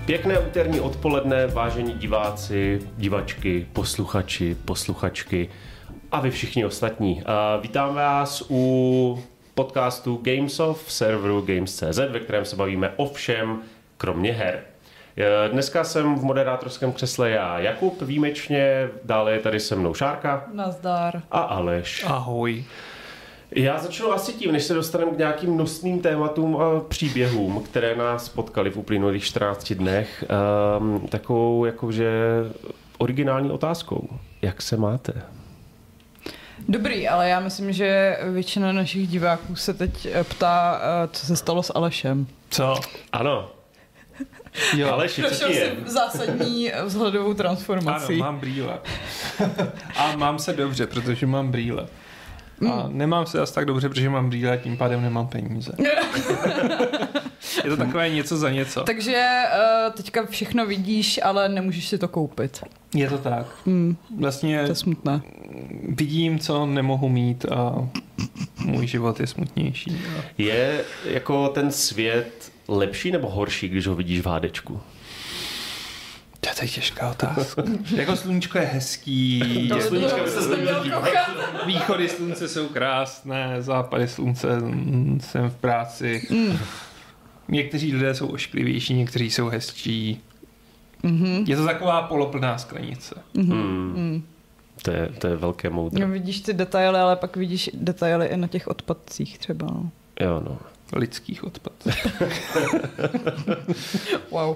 Pěkné úterní odpoledne, vážení diváci, divačky, posluchači, posluchačky a vy všichni ostatní. Vítám vás u podcastu Gamesoft v serveru Games.cz, ve kterém se bavíme o všem, kromě her. Dneska jsem v moderátorském křesle já, Jakub, výjimečně, dále je tady se mnou Šárka. Nazdar. A Aleš. Ahoj. Já začnu asi tím, než se dostaneme k nějakým nosným tématům a příběhům, které nás potkaly v uplynulých 14 dnech, takovou jakože originální otázkou. Jak se máte? Dobrý, ale já myslím, že většina našich diváků se teď ptá, co se stalo s Alešem. Co? Ano. Jo. Aleši, co ti je? Zásadní vzhledovou transformací. Ano, mám brýle. A mám se dobře, protože mám brýle. A nemám se asi tak dobře, protože mám brýle a tím pádem nemám peníze. Je to takové něco za něco. Takže teďka všechno vidíš, ale nemůžeš si to koupit. Je to tak. Vlastně To je smutné. vidím, co nemohu mít a můj život je smutnější. Je jako ten svět lepší nebo horší, když ho vidíš v HDčku? To je těžká otázka. Jako sluníčko je hezký. Východy slunce jsou krásné, západy slunce, jsem v práci. Někteří lidé jsou ošklivější, někteří jsou hezčí. Je to taková poloplná sklenice. To je velké moudro. No, vidíš ty detaily, ale pak vidíš detaily i na těch odpadcích třeba. No. Jo, no. Lidských odpad. Wow.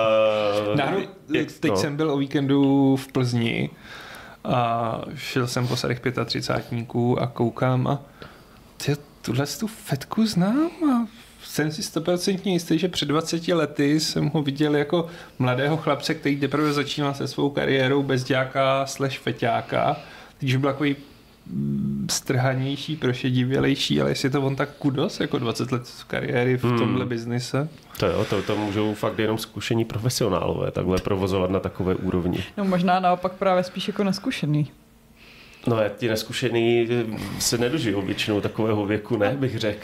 Teď jsem byl o víkendu v Plzni a šel jsem po sadech 35 a koukám a tuhle tu fetku znám a jsem si 100% jistý, že před 20 lety jsem ho viděl jako mladého chlapce, který teprve začínal se svou kariérou bezďáka / feťáka. Teď byl takový strhanější, prošedivělejší, ale jestli to on tak kudos, jako 20 let v kariéry v tomhle biznise. To můžou fakt jenom zkušení profesionálové takhle provozovat na takové úrovni. No možná naopak právě spíš jako neskušený. No ti neskušený se nedožijou většinou takového věku, ne, bych řekl.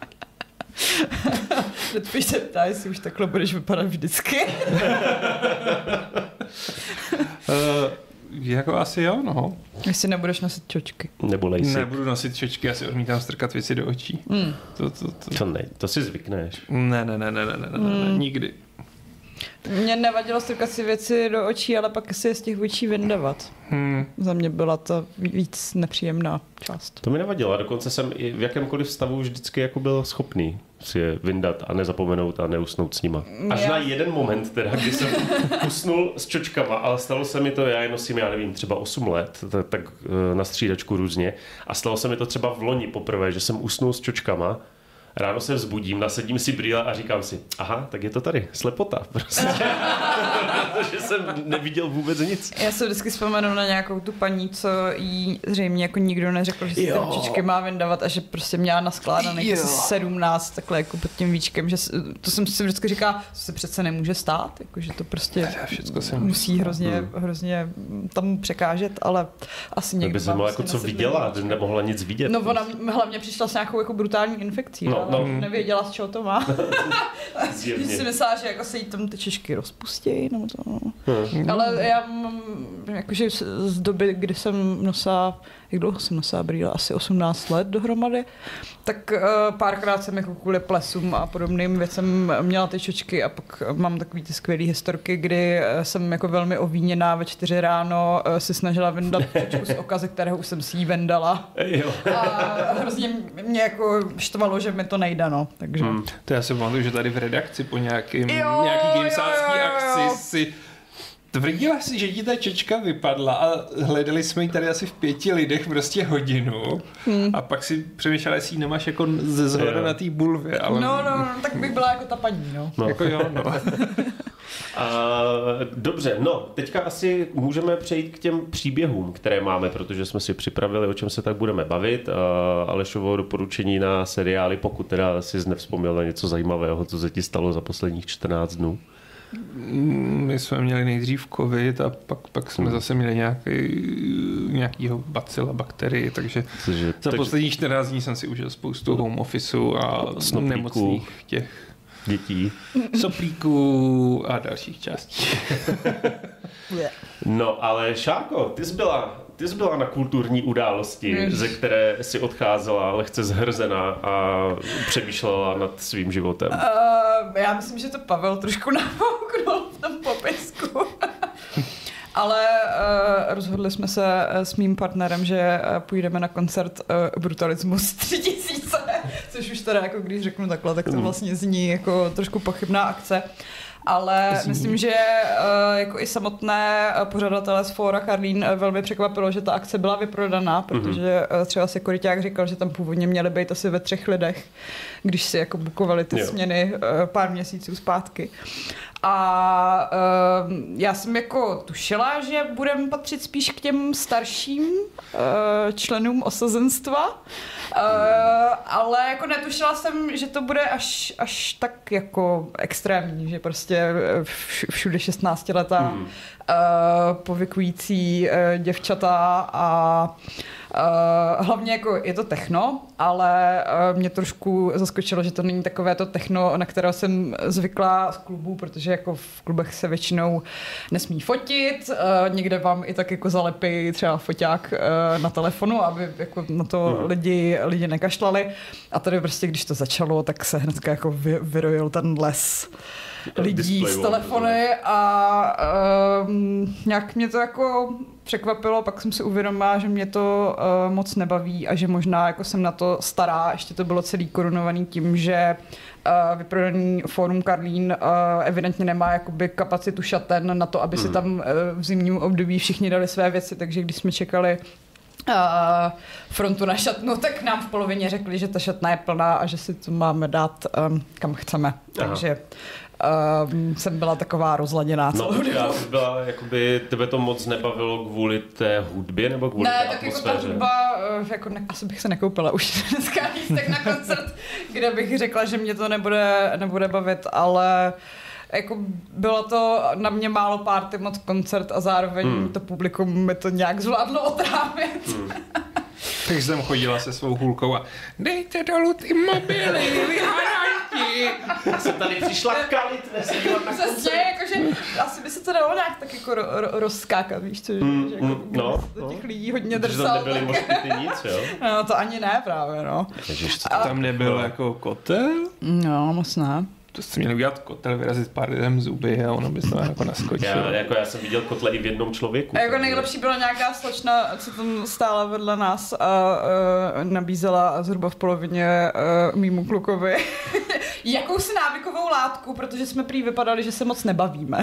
Spíš se ptá, jestli už takhle budeš vypadat vždycky. Jako asi jo, no. Jestli nebudeš nosit čočky. Nebo lejsik. Nebudu nosit čočky, já si odmítám strkat věci do očí. To si zvykneš. Ne, nikdy. Mně nevadilo strkat si věci do očí, ale pak si je z těch očí vyndavat. Za mě byla to víc nepříjemná část. To mi nevadilo a dokonce jsem i v jakémkoliv stavu vždycky jako byl schopný si je vyndat a nezapomenout a neusnout s nima. Až na jeden moment teda, kdy jsem usnul s čočkama, ale stalo se mi to, já je nosím, já nevím, třeba 8 let, tak na střídačku různě a stalo se mi to třeba v loni poprvé, že jsem usnul s čočkama. Ráno se vzbudím, nasadím si brýle a říkám si, aha, tak je to tady, slepota prostě. Protože jsem neviděl vůbec nic. Já se vždycky vzpomenu na nějakou tu paní, co jí zřejmě jako nikdo neřekl, že si ty čočky má vyndavat a že prostě měla naskládaných 17 takhle jako pod tím víčkem, že to jsem si vždycky říkala, to se přece nemůže stát, jako, že to prostě musí hrozně tam překážet, ale asi někdo. Tak by se mohla jako co viděla, nemohla nic vidět. No ona hlavně přišla s nějakou jako brutální infekcí, ale nevěděla, z čeho to má. Že si myslela, že jako se jí tam ty češky rozpustí, nebo to. Ale já mám, jakože z doby, kdy jsem nosila, jak dlouho jsem nosila brýle, asi 18 let dohromady, tak párkrát jsem jako kvůli plesům a podobným věcem měla ty čočky a pak mám takový ty skvělý historky, kdy jsem jako velmi ovíněná ve 4 ráno si snažila vyndat čočku z oka, ze kterého už jsem si ji vendala. A hrozně mě jako štvalo, že mi to nejde, no. Takže. To já si pamatuju, že tady v redakci po nějaký gamesácký akci si tvrdila si, že ti ta čočka vypadla a hledali jsme ji tady asi v 5 lidech prostě hodinu a pak si přemýšlela, jestli ji nemáš jako ze zhora na té bulvě. Ale... No, tak bych byla jako ta paní, no. Jako jo, no. Dobře, no, teďka asi můžeme přejít k těm příběhům, které máme, protože jsme si připravili, o čem se tak budeme bavit. Alešovo doporučení na seriály, pokud teda si nevzpomněl na něco zajímavého, co se ti stalo za posledních 14 dnů. My jsme měli nejdřív covid a pak jsme zase měli nějakýho bacila, bakterii, takže za posledních 14 dní jsem si užil spoustu home officeu a nemocných těch dětí. Soplíků a dalších částí. No, ale Šárko, ty jsi byla na kulturní události, ze které si odcházela lehce zhrzená a přemýšlela nad svým životem. Já myslím, že to Pavel trošku nafouknul v tom popisku. Ale rozhodli jsme se s mým partnerem, že půjdeme na koncert Brutalismus 3000, což už teda, jako když řeknu takhle, tak to vlastně zní jako trošku pochybná akce. Ale myslím, že jako i samotné pořadatele z Fóra Karlín velmi překvapilo, že ta akce byla vyprodaná, protože třeba Sekuriťák říkal, že tam původně měly být asi ve 3 lidech, když si jako bukovali ty směny pár měsíců zpátky. A já jsem jako tušila, že budeme patřit spíš k těm starším členům osazenstva, ale jako netušila jsem, že to bude až tak jako extrémní, že prostě všude 16letá povykující děvčata a hlavně jako je to techno, ale mě trošku zaskočilo, že to není takové to techno, na které jsem zvyklá z klubů, protože jako v klubech se většinou nesmí fotit, někde vám i tak jako zalepí třeba foťák na telefonu, aby jako na to lidi nekašlali. A tady prostě, když to začalo, tak se hnedka jako vyrojil ten les lidí s telefony a nějak mě to jako překvapilo, pak jsem si uvědomila, že mě to moc nebaví a že možná jako jsem na to stará, ještě to bylo celý korunovaný tím, že vyprodaný Fórum Karlín evidentně nemá jakoby kapacitu šaten na to, aby si tam v zimním období všichni dali své věci, takže když jsme čekali frontu na šatnu, tak nám v polovině řekli, že ta šatna je plná a že si to máme dát kam chceme. Takže jsem byla taková rozladěná celou dobu. Já jsi byla, jakoby, tebe to moc nebavilo kvůli té hudbě nebo kvůli té atmosféře? Jako ta hudba, jako asi bych se nekoupila už dneska lístek na koncert, kde bych řekla, že mě to nebude bavit, ale jako bylo to na mě málo party moc koncert a zároveň to publikum mi to nějak zvládlo otrávit. Takže jsem chodila se svou hůlkou a dejte dolů ty mobily, vyháranti. Já jsem tady přišla kalit, nesmívat na koncert. Přesně, jakože asi by se to dalo nějak tak jako rozskákat, víš co, že jako do těch lidí hodně drsal. Že tam nebyly mošpity nic, jo? No to ani ne právě, no. Tam nebyl jako kotel? No, moc ne. To jste měli udělat kotel, vyrazit pár lidem zuby a ono by se jako naskočilo. Já jsem viděl kotle i v jednom člověku. A jako nejlepší byla nějaká slečna, co tam stála vedle nás a nabízela zhruba v polovině mýmu klukovi jakousi návykovou látku, protože jsme prý vypadali, že se moc nebavíme.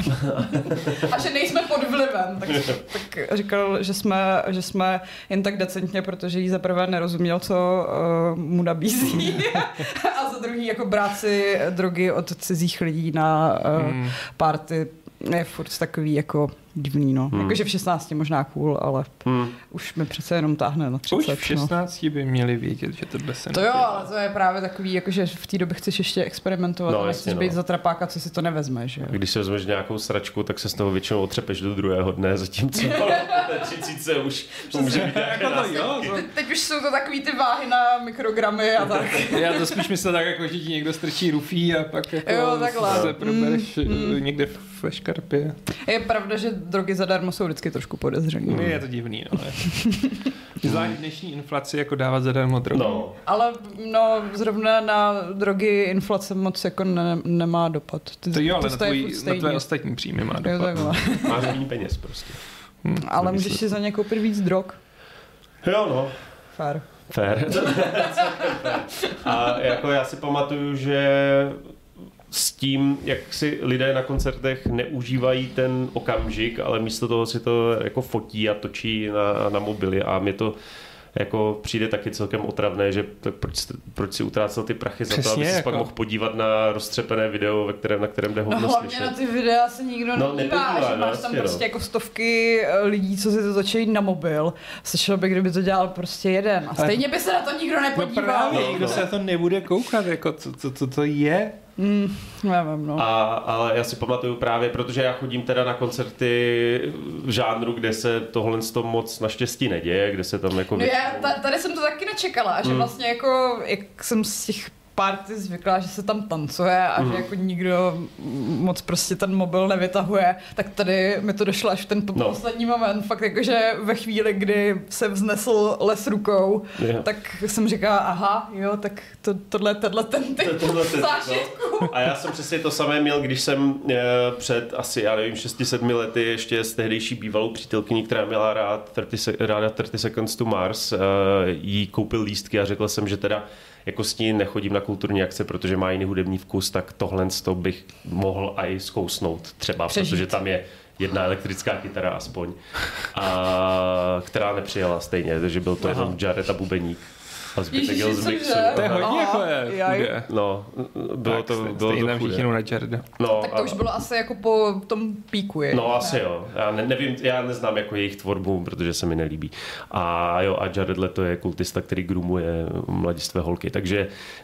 A že nejsme pod vlivem. Tak říkal, že jsme jen tak decentně, protože jí za prvé nerozuměl, co mu nabízí. A za druhý jako brát si drogy od cizích lidí na party je furt takový jako divný, no. Jakože v 16 možná cool, ale už mi přece jenom táhne na 30. Už v 16 by měli vědět, že tohle se to jo, ale to je právě takový, jakože v té době chceš ještě experimentovat a nechceš být za trapáka, co si to nevezmeš. Jo. Když si vezmeš nějakou sračku, tak se z toho většinou otřepeš do druhého dne, zatímco po té 30 už může být nějaké následky. Teď už jsou to takový ty váhy na mikrogramy a tak. Já to spíš myslel tak, jako, že ti někdo strčí rufí a pak jako se probereš někde ve škarpě. Je pravda, že drogy zadarmo jsou vždycky trošku podezření. Je to divný, no. Zvlášť dnešní inflaci jako dávat zadarmo drogy. No. Ale no, zrovna na drogy inflace moc jako nemá dopad. To jo, ale na tvoje ostatní příjmy má dopad. Máš méně peněz prostě. Ale můžeš si za ně koupit víc drog. Jo, no. Fair. A jako já si pamatuju, že s tím, jak si lidé na koncertech neužívají ten okamžik, ale místo toho si to jako fotí a točí na mobily a mě to jako přijde taky celkem otravné, že proč si utrácel ty prachy za to, aby si pak mohl podívat na roztřepené video, na kterém jde hodno slyšet. Hlavně na ty videa se nikdo nedívá, že máš tam prostě jako stovky lidí, co si to točí na mobil. Slyšel by, kdyby to dělal prostě jeden. A stejně by se na to nikdo nepodíval. No právě, nikdo se na to nebude koukat, jako co to je. Nevím, no. Ale já si pamatuju právě, protože já chodím teda na koncerty v žánru, kde se tohle moc naštěstí neděje, kde se tam jako... No já tady jsem to taky nečekala, že vlastně jako, jak jsem z těch party zvyklá, že se tam tancuje a že jako nikdo moc prostě ten mobil nevytahuje, tak tady mi to došlo až v ten poslední moment. Fakt jakože ve chvíli, kdy se vznesl les rukou, tak jsem říkala, aha, jo, tak tohle ten typ zážitku. A já jsem přesně to samé měl, když jsem před asi, já nevím, 6-7 lety ještě s tehdejší bývalou přítelkyní, která měla ráda 30 Seconds to Mars, jí koupil lístky a řekl jsem, že teda jako s ní nechodím na kulturní akce, protože má jiný hudební vkus, tak tohle bych mohl i zkousnout třeba, protože tam je jedna elektrická kytara aspoň, která nepřijela stejně, takže byl to jenom Jared a bubeník. A zbytek jel z mixu. To je hodně jako je. No, bylo to chudé. Na Jareda. No, tak to už bylo asi jako po tom píku, je? No asi jo. Já nevím, já neznám jako jejich tvorbu, protože se mi nelíbí. A Jared Leto je kultista, který groomuje mladistvé holky. Takže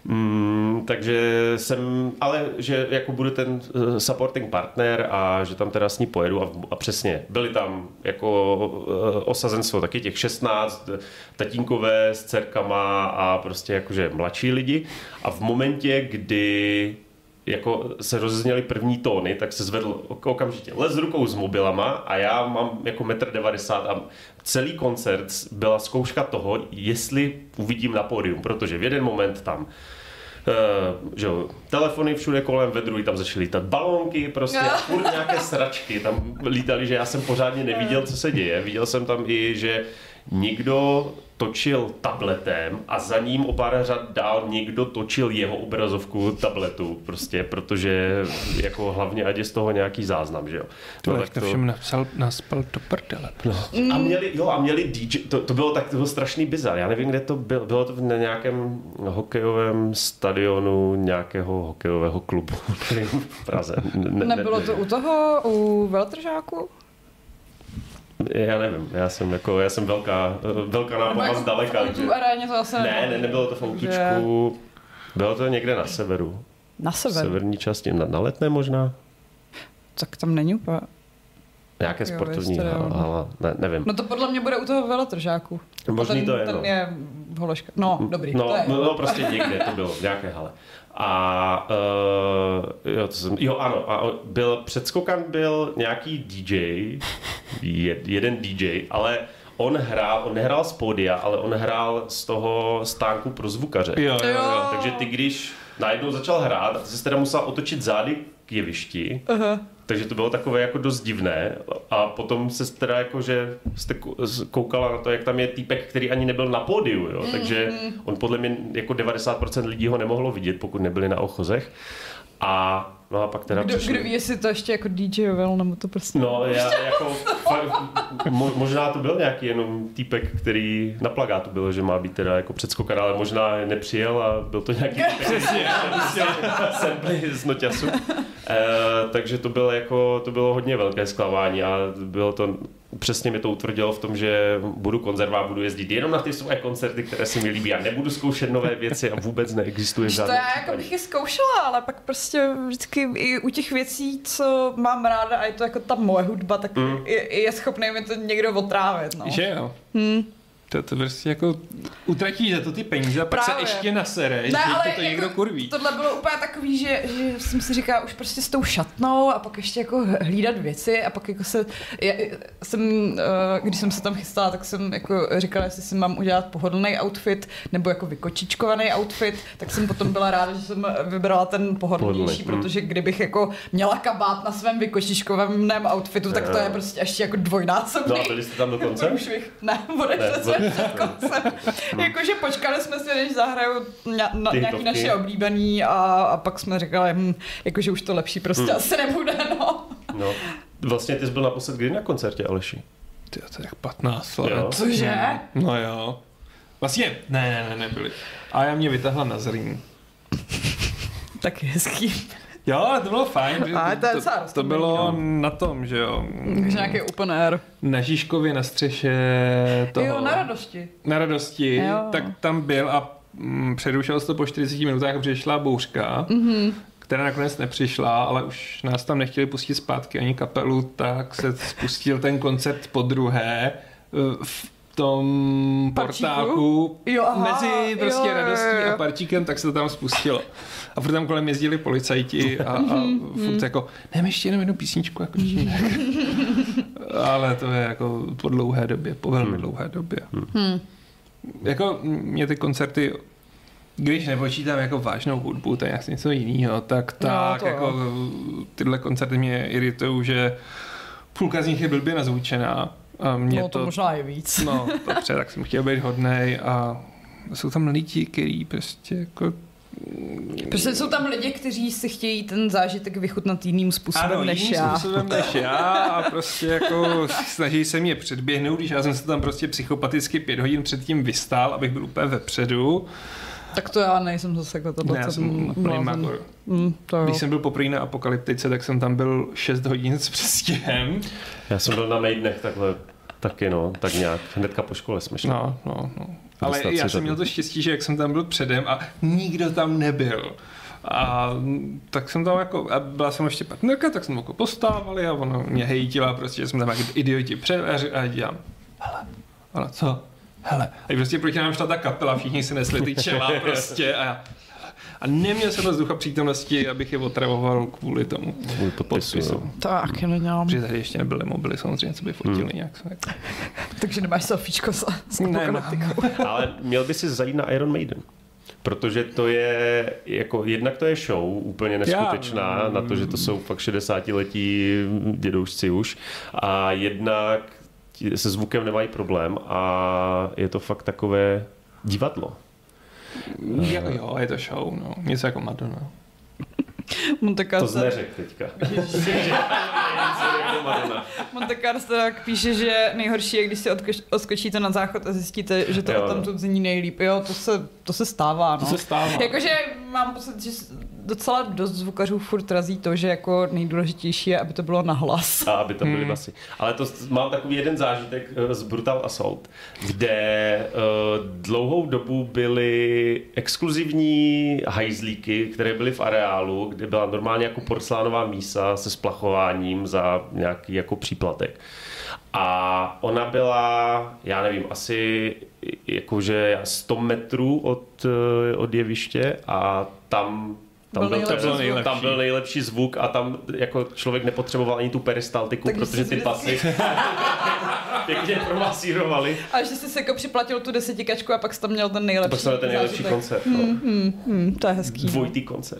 jsem, ale že jako budu ten supporting partner a že tam teda s ní pojedu a přesně, byli tam jako osazenstvo taky těch 16, tatínkové s dcerkama a prostě jakože mladší lidi a v momentě, kdy jako se rozezněly první tóny, tak se zvedl okamžitě les rukou s mobilama a já mám jako 1,90 m a celý koncert byla zkouška toho, jestli uvidím na pódium, protože v jeden moment tam že telefony všude kolem, ve druhý tam začaly lítat balónky, prostě a furt nějaké sračky tam lítaly, že já jsem pořádně neviděl, co se děje. Viděl jsem tam i, že někdo točil tabletem a za ním o pár řad dál někdo točil jeho obrazovku tabletu, prostě, protože jako hlavně ať je z toho nějaký záznam, že jo. To všem naspal do prdele. No. A měli DJ, to bylo strašný bizar, já nevím, kde to bylo to na nějakém hokejovém stadionu nějakého hokejového klubu v Praze. Nebylo to u veletržáku? Já nevím, já jsem velká nápava zdaleka. Aréně to asi nebylo to v Outučku, bylo to někde na severu. Na severu? V severní části, na Letné možná. Tak tam není úplně. Nějaké sportovní hala, nevím. No to podle mě bude u toho veletržáku. Možný to je, ten je Hološka. No, dobrý. No, prostě někde to bylo, v nějaké hale. A předskokan byl nějaký DJ, jeden DJ, ale on nehrál z pódia, ale on hrál z toho stánku pro zvukaře. Jo. Takže ty, když najednou začal hrát, a ty jsi teda musel otočit zády k jevišti, takže to bylo takové jako dost divné a potom se teda jako, že jste koukala na to, jak tam je týpek, který ani nebyl na pódiu, jo? Takže on podle mě jako 90% lidí ho nemohlo vidět, pokud nebyli na ochozech. A pak teda Kdo ví, jestli to ještě jako DJoval, nebo to prostě... No, já jako... možná to byl nějaký jenom týpek, který na plakátu bylo, že má být teda jako předskokan, ale možná nepřijel a byl to nějaký samply z noťasu. Takže to bylo hodně velké zklamání a bylo to... Přesně mi to utvrdilo v tom, že budu konzervá, budu jezdit jenom na ty svoje koncerty, které se mi líbí a nebudu zkoušet nové věci a vůbec neexistuje žádný. To já jako bych je zkoušela, ale pak prostě vždycky i u těch věcí, co mám ráda a je to jako ta moje hudba, tak je schopný mi to někdo otrávit. No. Že jo? To prostě jako utratíš za to ty peníze a pak se ještě nasereš, že to jako někdo kurví. Tohle bylo úplně takový, že jsem si říkala už prostě s tou šatnou a pak ještě jako hlídat věci a pak jako když jsem se tam chystala, tak jsem jako říkala, jestli si mám udělat pohodlný outfit nebo jako vykočičkovaný outfit, tak jsem potom byla ráda, že jsem vybrala ten pohodlnější, protože kdybych jako měla kabát na svém vykočičkovaném outfitu, tak to je prostě ještě jako dvojnásobný. No a byli jste tam dokonce? Jakože počkali jsme si, než zahrajou nějaký naše oblíbený a pak jsme říkali, jakože už to lepší prostě asi nebude, no. Vlastně ty jsi byl naposled kdy na koncertě, Aleši? To je tak 15 let. Cože? No jo. Vlastně, nebyli. A já mě vytáhla na Zlín. Tak hezký. Jo, to bylo fajn. To bylo na tom, že jo. Takže nějaký open air. Na Žižkově na střeše toho. Jo, na Radosti. Na Radosti, jo. Tak tam byl a přerušil se to po 40 minutách a přišla bouřka, která nakonec nepřišla, ale už nás tam nechtěli pustit zpátky ani kapelu, tak se spustil ten koncert podruhé tom portáku mezi prostě radostí a parčíkem, tak se to tam spustilo. A furt tam kolem jezdili policajti a furt jako, nevím, ještě jenom jednu písničku, jako ale to je jako po dlouhé době, po velmi dlouhé době. Jako mě ty koncerty, když nepočítám jako vážnou hudbu, to je nějak něco jiného, tak jako tyhle koncerty mě iritují, že půlka z nich je blbě nazvučená. A mě to možná je víc. No, dobře, tak jsem chtěl být hodnej a jsou tam lidi, kteří prostě jako... Prostě jsou tam lidi, kteří si chtějí ten zážitek vychutnat jiným způsobem než já. Ano, způsobem než já a prostě jako snaží se mě předběhnout, když já jsem se tam prostě psychopaticky 5 hodin předtím vystál, abych byl úplně vepředu. Tak to já nejsem zase jako tohle. Já jsem úplný magor. Když jsem byl poprvé na Apokalyptice, tak jsem tam byl 6 hodin s přestihem. Já jsem byl na Maidnech takhle taky, tak nějak. Hnedka po škole jsme šli. No. Ale já jsem měl to štěstí, že jak jsem tam byl předem a nikdo tam nebyl. A tak jsem tam jako, a byla jsem ještě partnerka, tak jsme jako postávali a ona mě hejtila prostě, že jsme tam jako idioti před a já dělám, hele, co? Hele. A prostě proti nám šla ta kapela, všichni si nesli ty čela prostě a neměl jsem dost ducha přítomnosti, abych je otravoval kvůli tomu podpisu. Tak, nedělám. Protože tady ještě nebyly mobily samozřejmě, co by fotili nějak. Takže nemáš selfiečko s Apokalyptikou. Ale měl by si zajít na Iron Maiden. Protože to je, jako jednak to je show úplně neskutečná, na to, že to jsou fakt 60letí dědoušci už. A jednak se zvukem nemají problém a je to fakt takové divadlo. Jo, je to show, něco jako Madonna. To jsi neřekl teďka. Monte Carlo tak píše, že nejhorší je, když si odskočíte na záchod a zjistíte, že to odtamtud zní nejlíp. Jo, to se stává. To se stává. Jakože mám pocit, že docela dost zvukařů furt razí to, že jako nejdůležitější je, aby to bylo nahlas. A aby to byly basy. Ale to mám takový jeden zážitek z Brutal Assault, kde dlouhou dobu byly exkluzivní hajzlíky, které byly v areálu, kde byla normálně jako porcelánová mísa se splachováním za nějaký jako příplatek. A ona byla, já nevím, asi jakože 100 metrů od jeviště a tam byl nejlepší zvuk a tam jako člověk nepotřeboval ani tu peristaltiku, tak protože ty basy pěkně promasírovali. A ještě jsi se jako připlatil tu 10kačku a pak jsi tam měl ten nejlepší. Pak jsem ten nejlepší koncert. To je hezký. Dvojitý koncert.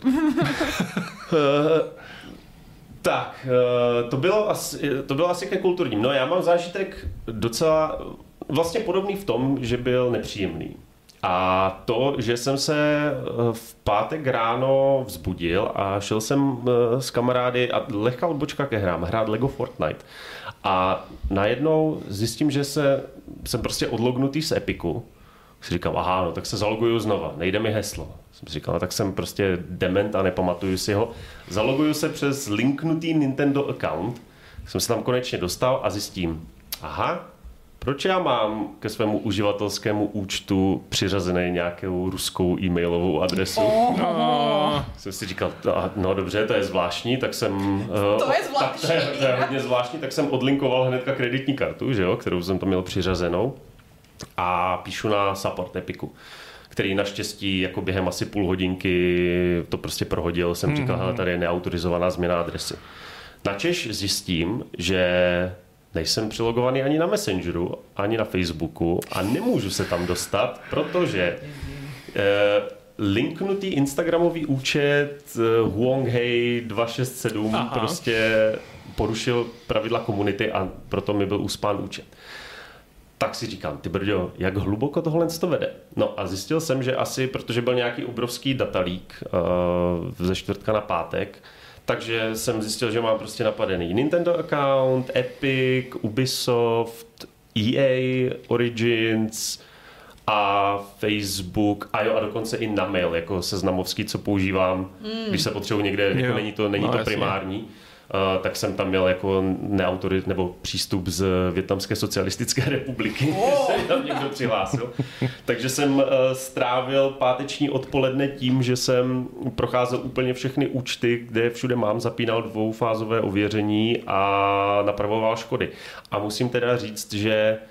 Tak, to bylo asi ke kulturním. No já mám zážitek docela vlastně podobný v tom, že byl nepříjemný. A to, že jsem se v pátek ráno vzbudil a šel jsem s kamarády a lehká odbočka ke hrám, hrát Lego Fortnite. A najednou zjistím, že jsem prostě odlognutý z Epiku. Si říkám, aha, tak se zaloguju znova, nejde mi heslo. Jsem si říkal, tak jsem prostě dement a nepamatuju si ho. Zaloguju se přes linknutý Nintendo account, jsem se tam konečně dostal a zjistím, aha, proč já mám ke svému uživatelskému účtu přiřazený nějakou ruskou e-mailovou adresu? Jsem si říkal, no dobře, to je zvláštní, tak jsem... To je zvláštní. To je hodně zvláštní, tak jsem odlinkoval hnedka kreditní kartu, že jo, kterou jsem to měl přiřazenou. A píšu na support Epiku, který naštěstí jako během asi půl hodinky to prostě prohodil. Jsem říkal, hele, tady je neautorizovaná změna adresy. Načež zjistím, že nejsem přilogovaný ani na Messengeru, ani na Facebooku a nemůžu se tam dostat, protože linknutý instagramový účet Huonghei 267 prostě porušil pravidla komunity a proto mi byl uspán účet. Tak si říkám, ty brďo, jak hluboko tohle to vede? No a zjistil jsem, že asi, protože byl nějaký obrovský datalík ze čtvrtka na pátek, takže jsem zjistil, že mám prostě napadený Nintendo account, Epic, Ubisoft, EA, Origins a Facebook a dokonce i na mail, jako seznamovský, co používám, když se potřebuji někde, jako není to primární. Tak jsem tam měl jako nebo přístup z Vietnamské socialistické republiky, se tam někdo přihlásil. Takže jsem strávil páteční odpoledne tím, že jsem procházel úplně všechny účty, kde všude mám, zapínal dvoufázové ověření a napravoval škody. A musím teda říct, že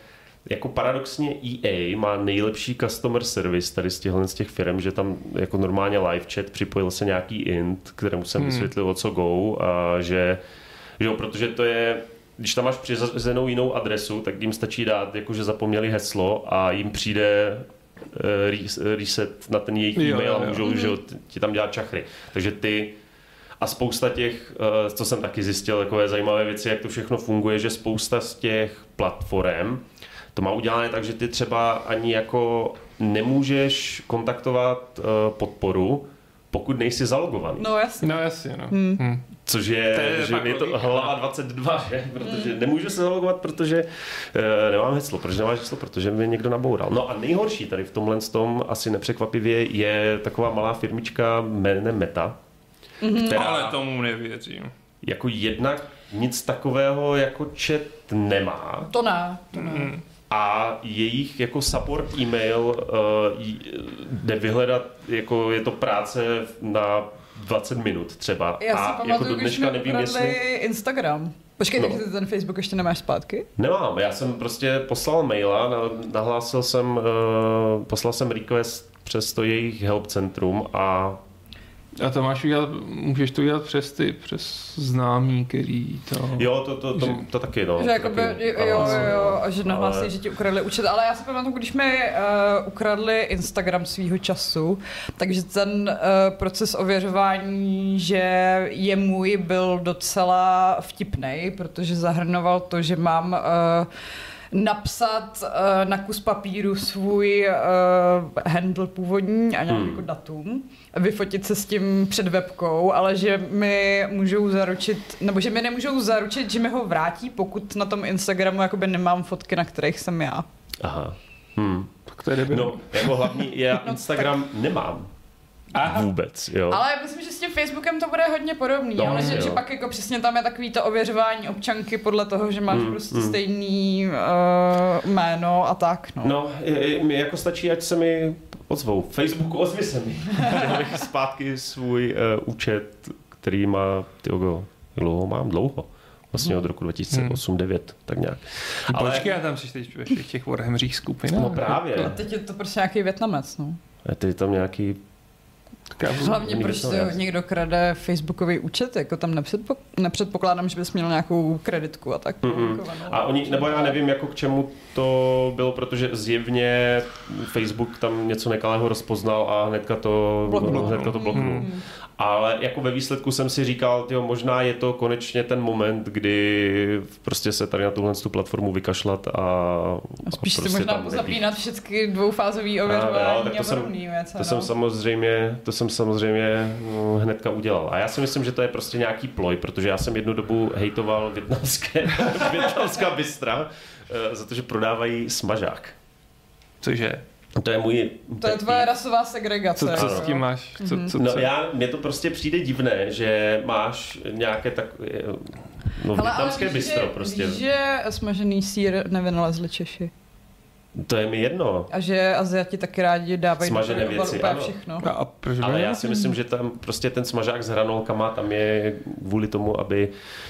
jako paradoxně EA má nejlepší customer service tady z těch firm, že tam jako normálně live chat připojil se nějaký int, kterému jsem vysvětlil o co go a že jo, protože to je, když tam máš přiřazenou jinou adresu, tak jim stačí dát, jakože zapomněli heslo a jim přijde reset na ten jejich e-mail a můžou že ti tam dělat čachry. Takže ty a spousta těch, co jsem taky zjistil, takové zajímavé věci, jak to všechno funguje, že spousta z těch platform to má udělané tak, že ty třeba ani jako nemůžeš kontaktovat podporu, pokud nejsi zalogovaný. No jasně. Což je to hlava 22, že? Protože nemůžu se zalogovat, protože nemám heslo. Proč nemáš heslo? Protože mě někdo naboural. No a nejhorší tady v tomhle tom, asi nepřekvapivě, je taková malá firmička jménem Meta, která, ale tomu nevěřím. Jako jednak nic takového jako chat nemá. To ne. A jejich jako support e-mail jde vyhledat, jako je to práce na 20 minut třeba. Já si pamatuju, jako do dneška nevím, jestli Instagram. Počkej, takže ty ten Facebook ještě nemáš zpátky? Nemám, já jsem prostě poslal maila, poslal jsem request přes to jejich help centrum a to můžeš to udělat přes známý, který to... Jo, to taky, no. Že jakoby, jo, a že nahlásí, že ti ukradli účet. Ale já si pamatuju, když mi ukradli Instagram svýho času, takže ten proces ověřování, že je můj, byl docela vtipnej, protože zahrnoval to, že mám napsat na kus papíru svůj handle původní a nějaký jako datum, vyfotit se s tím před webkou, ale že mi můžou zaručit, nebo že mi nemůžou zaručit, že mi ho vrátí, pokud na tom Instagramu jakoby nemám fotky, na kterých jsem já. Aha. Tak to je debil. No, jako hlavní, já Instagram nemám. Vůbec, jo. Ale myslím, že s tím Facebookem to bude hodně podobný, ale že pak jako přesně tam je takový to ověřování občanky podle toho, že máš prostě stejný jméno a tak, no. No, jako stačí, ať se mi ozvou. Facebooku, ozvi se mi. Abych zpátky svůj účet, který má, dlouho. Vlastně od roku 2008-2009, tak nějak. Ale počkej, já tam jsi teď ve všech těch warhammerích skupinách. No právě. A teď je to prostě nějaký Vietnamec, no. A teď je tam nějaký... Hlavně proč někdo krade Facebookový účet, jako tam nepředpokládám, že bys měl nějakou kreditku a tak. A oni, nebo já nevím, jako k čemu to bylo, protože zjevně Facebook tam něco nekalého rozpoznal a hnedka to bloknul. Ale jako ve výsledku jsem si říkal, možná je to konečně ten moment, kdy prostě se tady na tuhle platformu vykašlat a spíš prostě si možná pozapínat všechny dvoufázový ověřování a podobný věc. To jsem samozřejmě hnedka udělal. A já si myslím, že to je prostě nějaký ploj, protože já jsem jednu dobu hejtoval vietnamská bystra za to, že prodávají smažák. Cože? To je můj... To je tvoje rasová segregace. Co s tím máš? Mně to prostě přijde divné, že máš nějaké takové... vietnamské bistro prostě. Víš, že smažený sýr nevynalezli Češi. To je mi jedno. A že Aziati taky rádi dávají smažené věci, úplně všechno. Ale já si myslím, že tam prostě ten smažák s hranolkama tam je kvůli tomu, aby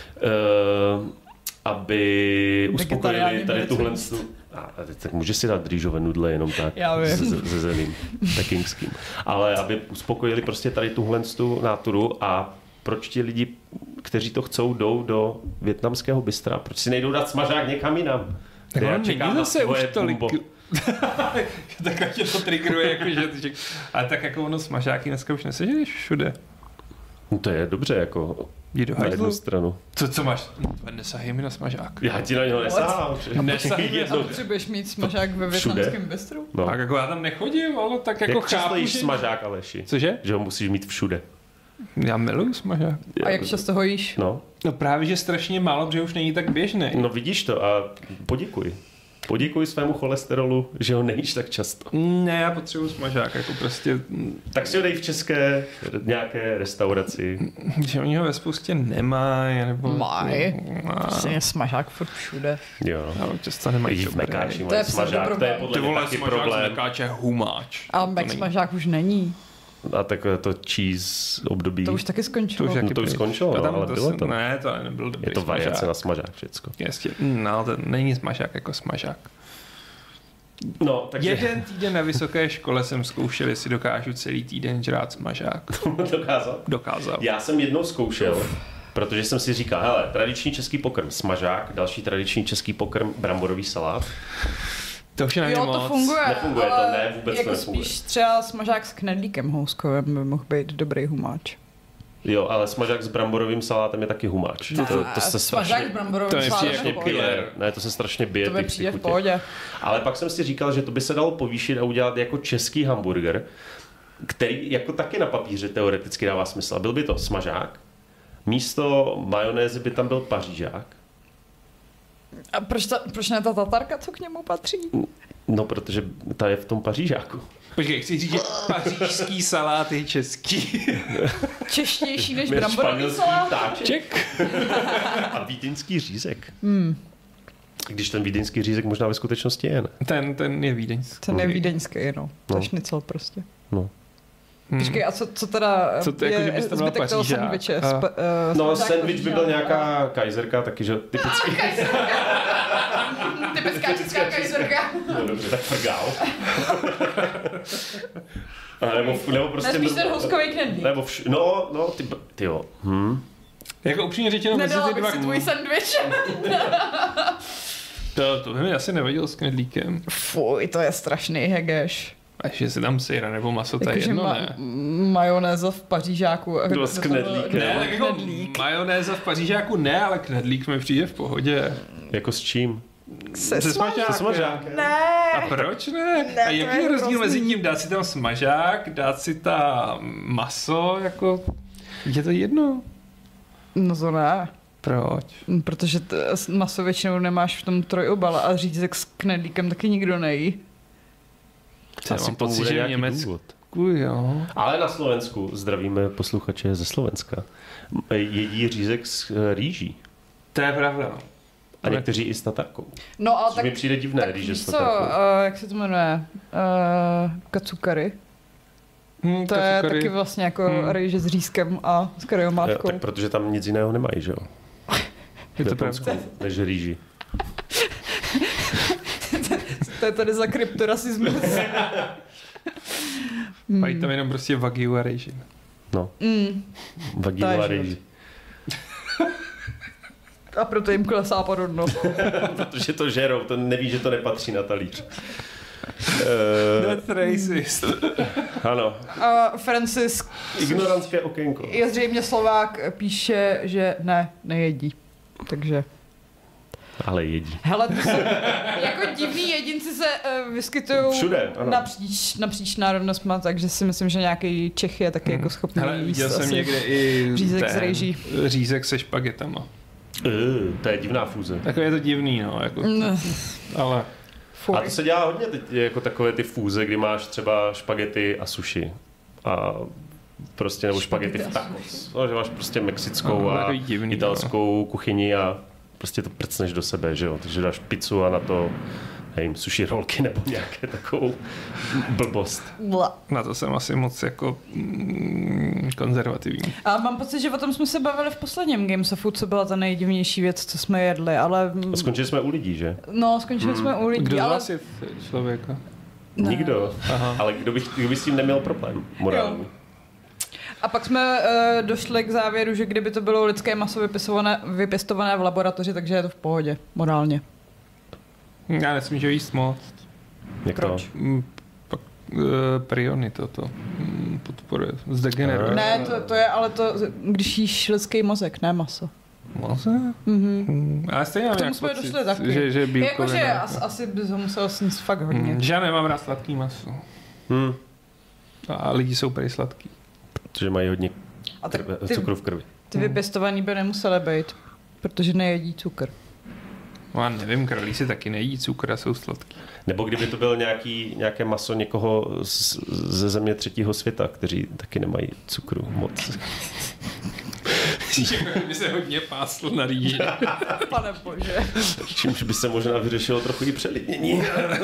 uspokojili tady tuhle... Tak můžeš si dát rýžové nudle jenom tak ze zelím pekingským. Ale aby uspokojili prostě tady tuhle náturu a proč ti lidi, kteří to chcou, jdou do vietnamského bystra? Proč si nejdou dát smažák někam jinam? Já čekám na svoje bumbo. Tak tě to triggeruje, jakože ale tak jako ono smažáky dneska už neseženeš všude. No to je dobře, jako na jednu stranu. Co máš? Nesahej mi na smažák. Já ti na něho nesahám. A potřebuješ mít smažák ve vietnamském bistru? No. Tak jako já tam nechodím, ale tak jako chápu, často jíš smažák, Aleši? Cože? Že ho musíš mít všude. Já miluju smažák. A jak často ho jíš? No právě, že strašně málo, protože už není tak běžný. No vidíš to a poděkuj. Poděkuji svému cholesterolu, že ho nejíš tak často. Ne, já potřebuji smažák, jako prostě... Tak si ho dej v české nějaké restauraci. Že oni ho ve spoustě nemají, nebo... Mají. Prostě je smažák furt všude. Jo. Ale často nemají v Mekáči mají smažák, to je podle mě taky problém. Mekáč je humáč. A Mac smažák už není. A tak to cheese období. To už taky skončilo. To už skončilo, ale bylo to. Ne, to nebyl dobrý. Je to variace na smažák všecko. Jasně, no, to není smažák jako smažák. No, takže... Jeden týden na vysoké škole jsem zkoušel, jestli dokážu celý týden žrát smažák. Dokázal. Já jsem jednou zkoušel, protože jsem si říkal, hele, tradiční český pokrm smažák, další tradiční český pokrm bramborový salát. To už je na mě moc. To funguje. Nefunguje to, ne, vůbec jako to nefunguje. Spíš třeba smažák s knedlíkem houskovým by mohl být dobrý humáč. Jo, ale smažák s bramborovým salátem je taky humáč. To se smažák s bramborovým salátem jako killer. Ne, to se strašně bije. To by přijde v pohodě. Ale pak jsem si říkal, že to by se dalo povýšit a udělat jako český hamburger, který jako taky na papíře teoreticky dává smysl. Byl by to smažák, místo majonézy by tam byl pařížák. A proč ne ta tatarka, co k němu patří? No, protože ta je v tom pařížáku. Počkej, chci říct, že pařížský salát je český. Češtější než bramborový salát? Táček. A vídeňský řízek. Když ten vídeňský řízek možná ve skutečnosti je, ne? Ten je vídeňský. Ten je vídeňský, no. To je šnicel prostě. No. Počkej, a co teda co to je jako, zbytek toho sandviče? No, sandwich by byl nějaká kajzerka, taky, že typický. Typická česká kajzerka. No dobře, tak frgál. nebo prostě... Nespíš ten houskovej knedlík. Nebo ty jo. Jako upřímně řečeno, nedala bych si tvůj sandwich. To by mi asi nevadilo s knedlíkem. Fuj, to je strašný hegeš. A ještě si tam sejra nebo maso, to je jedno, ne? Majonéza v pařížáku. S knedlíkem. Ne, tak jako majonéza v pařížáku ne, ale knedlík mi přijde v pohodě. Jako s čím? Se smažákem. Ne. A proč ne? A jaký je rozdíl mezi tím dát si tam smažák, dát si tam maso, jako... Je to jedno? No to ne. Proč? Protože maso většinou nemáš v tom trojobale a řízek s knedlíkem taky nikdo nejí. Já mám pocit, že v Německu, jo. Ale na Slovensku, zdravíme posluchače ze Slovenska, jedí řízek s rýží. To je pravda. A někteří i s tatarkou. No, ale tak mi přijde divné rýže s tatarkou. Jak se to jmenuje? Kacukary. To je taky vlastně jako rýže s řízkem a s karajomátkou. Tak protože tam nic jiného nemají, že jo? Je to pravda. Než rýži. To je tady za kryptorasismus. Mají tam jenom prostě wagyu a rejži. No. Wagyu a rejži. A proto jim klesá porodnost. Protože to žerou, to neví, že to nepatří na talíř. That's racist. Ano. Francis... Ignorantské okénko. Je zřejmě Slovák, píše, že nejedí. Takže... Ale jedí. Hele, jako divní jedinci se vyskytují všude, napříč národnostma, takže si myslím, že nějaký Čech je taky jako schopný jíst. Viděl jsem někde i řízek z rejží. Řízek se špagetama. To je divná fúze. Tak je to divný, no. Jako, ale... A to se dělá hodně teď, jako takové ty fúze, kdy máš třeba špagety a sushi. A prostě, nebo špagety v tacos. Že máš prostě mexickou a divný, italskou kuchyni a prostě to prcneš do sebe, že jo? Takže dáš pizzu a na to nevím, sushi rolky nebo nějaké takovou blbost. Na to jsem asi moc jako konzervativní. A mám pocit, že o tom jsme se bavili v posledním Games of Food, co byla ta nejdivnější věc, co jsme jedli, ale... Skončili jsme u lidí, že? No, skončili jsme u lidí, Kdo ale... z vás je člověka? Ne. Nikdo. Aha. Ale kdo by s tím neměl problém morální? Jo. A pak jsme došli k závěru, že kdyby to bylo lidské maso vypěstované v laboratoři, takže je to v pohodě, morálně. Já myslím, že jíst moc. Jak proč? To? Pak priony toto podporuje. Zdegeneruje. Ne, to je ale to, když jíš lidský mozek, ne maso. Mozek? Já stejně mám nějak pocit, že bílkovina. Jakože asi bys ho musel sníst fakt hodně. Že já nemám rád sladký maso. A lidi jsou prý sladký. Protože mají hodně cukru v krvi. Ty vypěstovaní by nemusely být, protože nejedí cukr. No já nevím, králíci taky nejedí cukr a jsou sladký. Nebo kdyby to byl nějaké maso někoho ze země třetího světa, kteří taky nemají cukru moc. Že by se hodně pásl na rýži. Pane bože. Čímž by se možná vyřešilo trochu i přelidnění.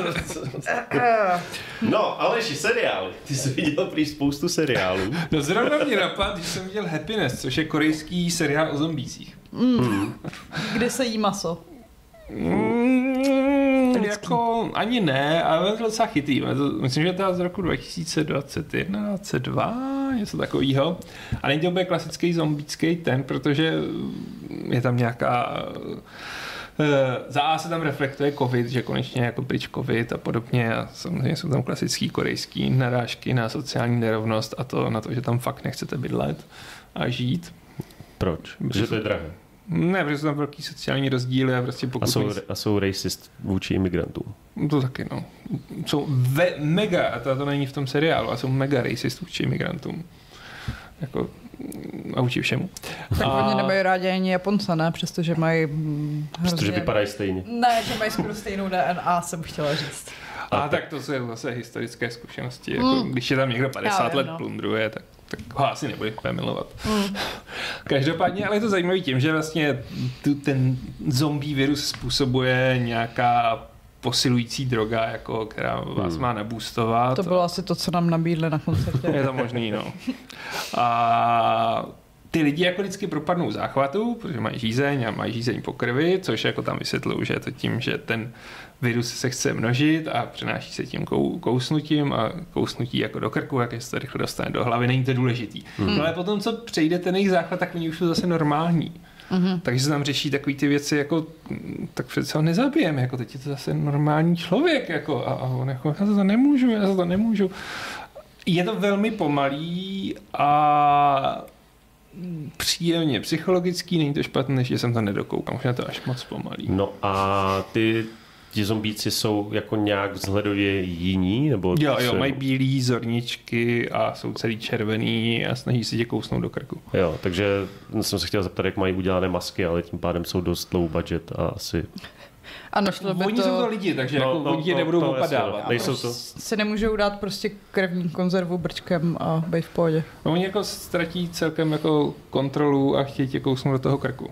No, Aleši, seriál. Ty jsi viděl prý spoustu seriálů. No zrovna mě napadl, když jsem viděl Happiness, což je korejský seriál o zombících. Kde se jí maso? Jako No, ani ne, ale to docela chytý. Myslím, že to je z roku 2021, 2022, něco takového. A není to úplně klasický zombícký ten, protože je tam nějaká... Za A se tam reflektuje covid, že konečně jako pryč covid a podobně a samozřejmě jsou tam klasický korejský narážky na sociální nerovnost a to na to, že tam fakt nechcete bydlet a žít. Proč? Že to je drahé? Ne, protože jsou tam velký sociální rozdíly a prostě pokud... A jsou racist vůči imigrantům. To taky, no. Jsou mega, a to není v tom seriálu, a jsou mega racist vůči imigrantům. Jako a vůči všemu. Tak oni nemají rádi ani Japonce, ne? Přestože mají Protože vypadají stejně. Ne, že mají skoro stejnou DNA, jsem chtěla říct. A tak to jsou zase historické zkušenosti. Jako, když je tam někdo 50 let plundruje, tak ho asi nebude milovat. Každopádně, ale je to zajímavé tím, že vlastně ten zombie virus způsobuje nějaká posilující droga, jako, která vás má nabůstovat. To bylo asi to, co nám nabídli na koncertě. Je to možný, no. A ty lidi jako vždycky propadnou záchvatu, protože mají žízeň a mají žízeň po krvi, což jako tam vysvětlují, že je to tím, že ten virus se chce množit a přenáší se tím kousnutím a kousnutí jako do krku, jak se to rychle dostane do hlavy, není to důležitý. No ale potom, co přejde ten jejich záchvat, tak oni už jsou zase normální. Takže se tam řeší takový ty věci, jako tak přece ho nezabijeme, jako teď je to zase normální člověk, jako, a on jako, já to nemůžu. Je to velmi pomalý a příjemně psychologický, není to špatné, že jsem to nedokoukal, možná to až moc pomalý. No a ti zombíci jsou jako nějak vzhledově jiní? Nebo jo, mají bílý zorničky a jsou celý červený a snaží se tě kousnout do krku. Jo, takže jsem se chtěl zeptat, jak mají udělané masky, ale tím pádem jsou dost low budget a asi... Ano, oni jsou to lidi, takže lidi nebudou opadávat. Nejsou to. Si nemůžou dát prostě krevní konzervu brčkem a být v pohodě. No, oni jako ztratí celkem jako kontrolu a chtějí tě kousnout do toho krku.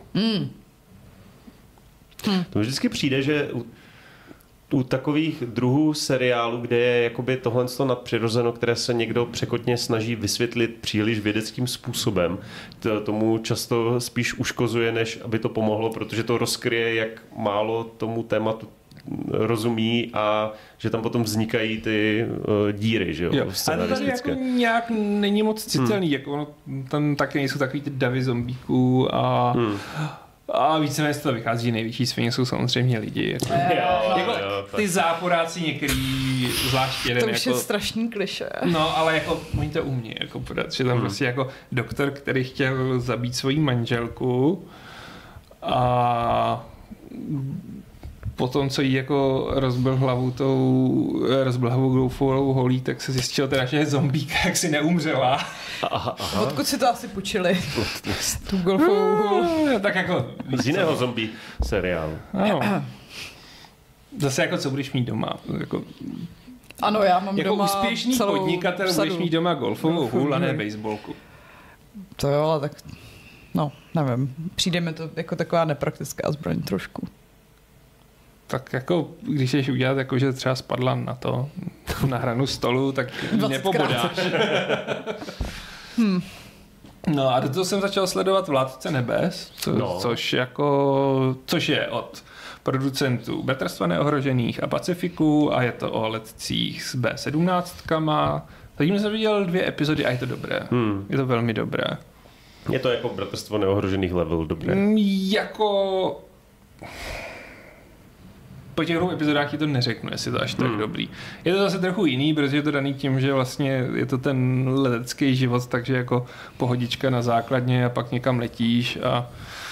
To mi vždycky přijde, že u takových druhů seriálů, kde je jakoby tohle nadpřirozeno, které se někdo překotně snaží vysvětlit příliš vědeckým způsobem, tomu často spíš uškozuje, než aby to pomohlo, protože to rozkryje, jak málo tomu tématu rozumí a že tam potom vznikají ty díry, že jo, ale tady jako nějak není moc citelný, jako tam taky nejsou takový ty davy zombíků a víceméně z toho vychází, že největší svině jsou samozřejmě lidi. Ty záporáci některý, zvlášť jeden. To už je strašný klišé. No, ale jako oni to umí, jako podat, že tam prostě jako doktor, který chtěl zabít svoji manželku a potom, co jí jako rozbil hlavu golfovou holí, tak se zjistil teda, že je zombíka, jak si neumřela. Aha. Odkud si to asi půjčili? Tu golfovou holu. Tak jako... Z jiného zombie seriálu. Ano. Zase jako co budeš mít doma? Ano, já mám jako doma úspěšný podnikatel budeš mít doma golfovou hůl a ne baseballku. To jo, ale tak... No, nevím. Přijde mi to jako taková nepraktická zbraň trošku. Tak jako, když jsi udělat, jako, že třeba spadla na hranu stolu, tak ji nepobodáš. No a do toho jsem začal sledovat Vládce nebes, což je od producentů Bratrstva neohrožených a Pacifiku a je to o letcích s B-17. Zatím jsem viděl 2 epizody a je to dobré. Je to velmi dobré. Je to jako Bratrstvo neohrožených level dobré? Jako... Po těch 2 epizodách ti to neřeknu, jestli to až tak dobrý. Je to zase trochu jiný, protože je to daný tím, že vlastně je to ten letecký život, takže jako pohodička na základně a pak někam letíš a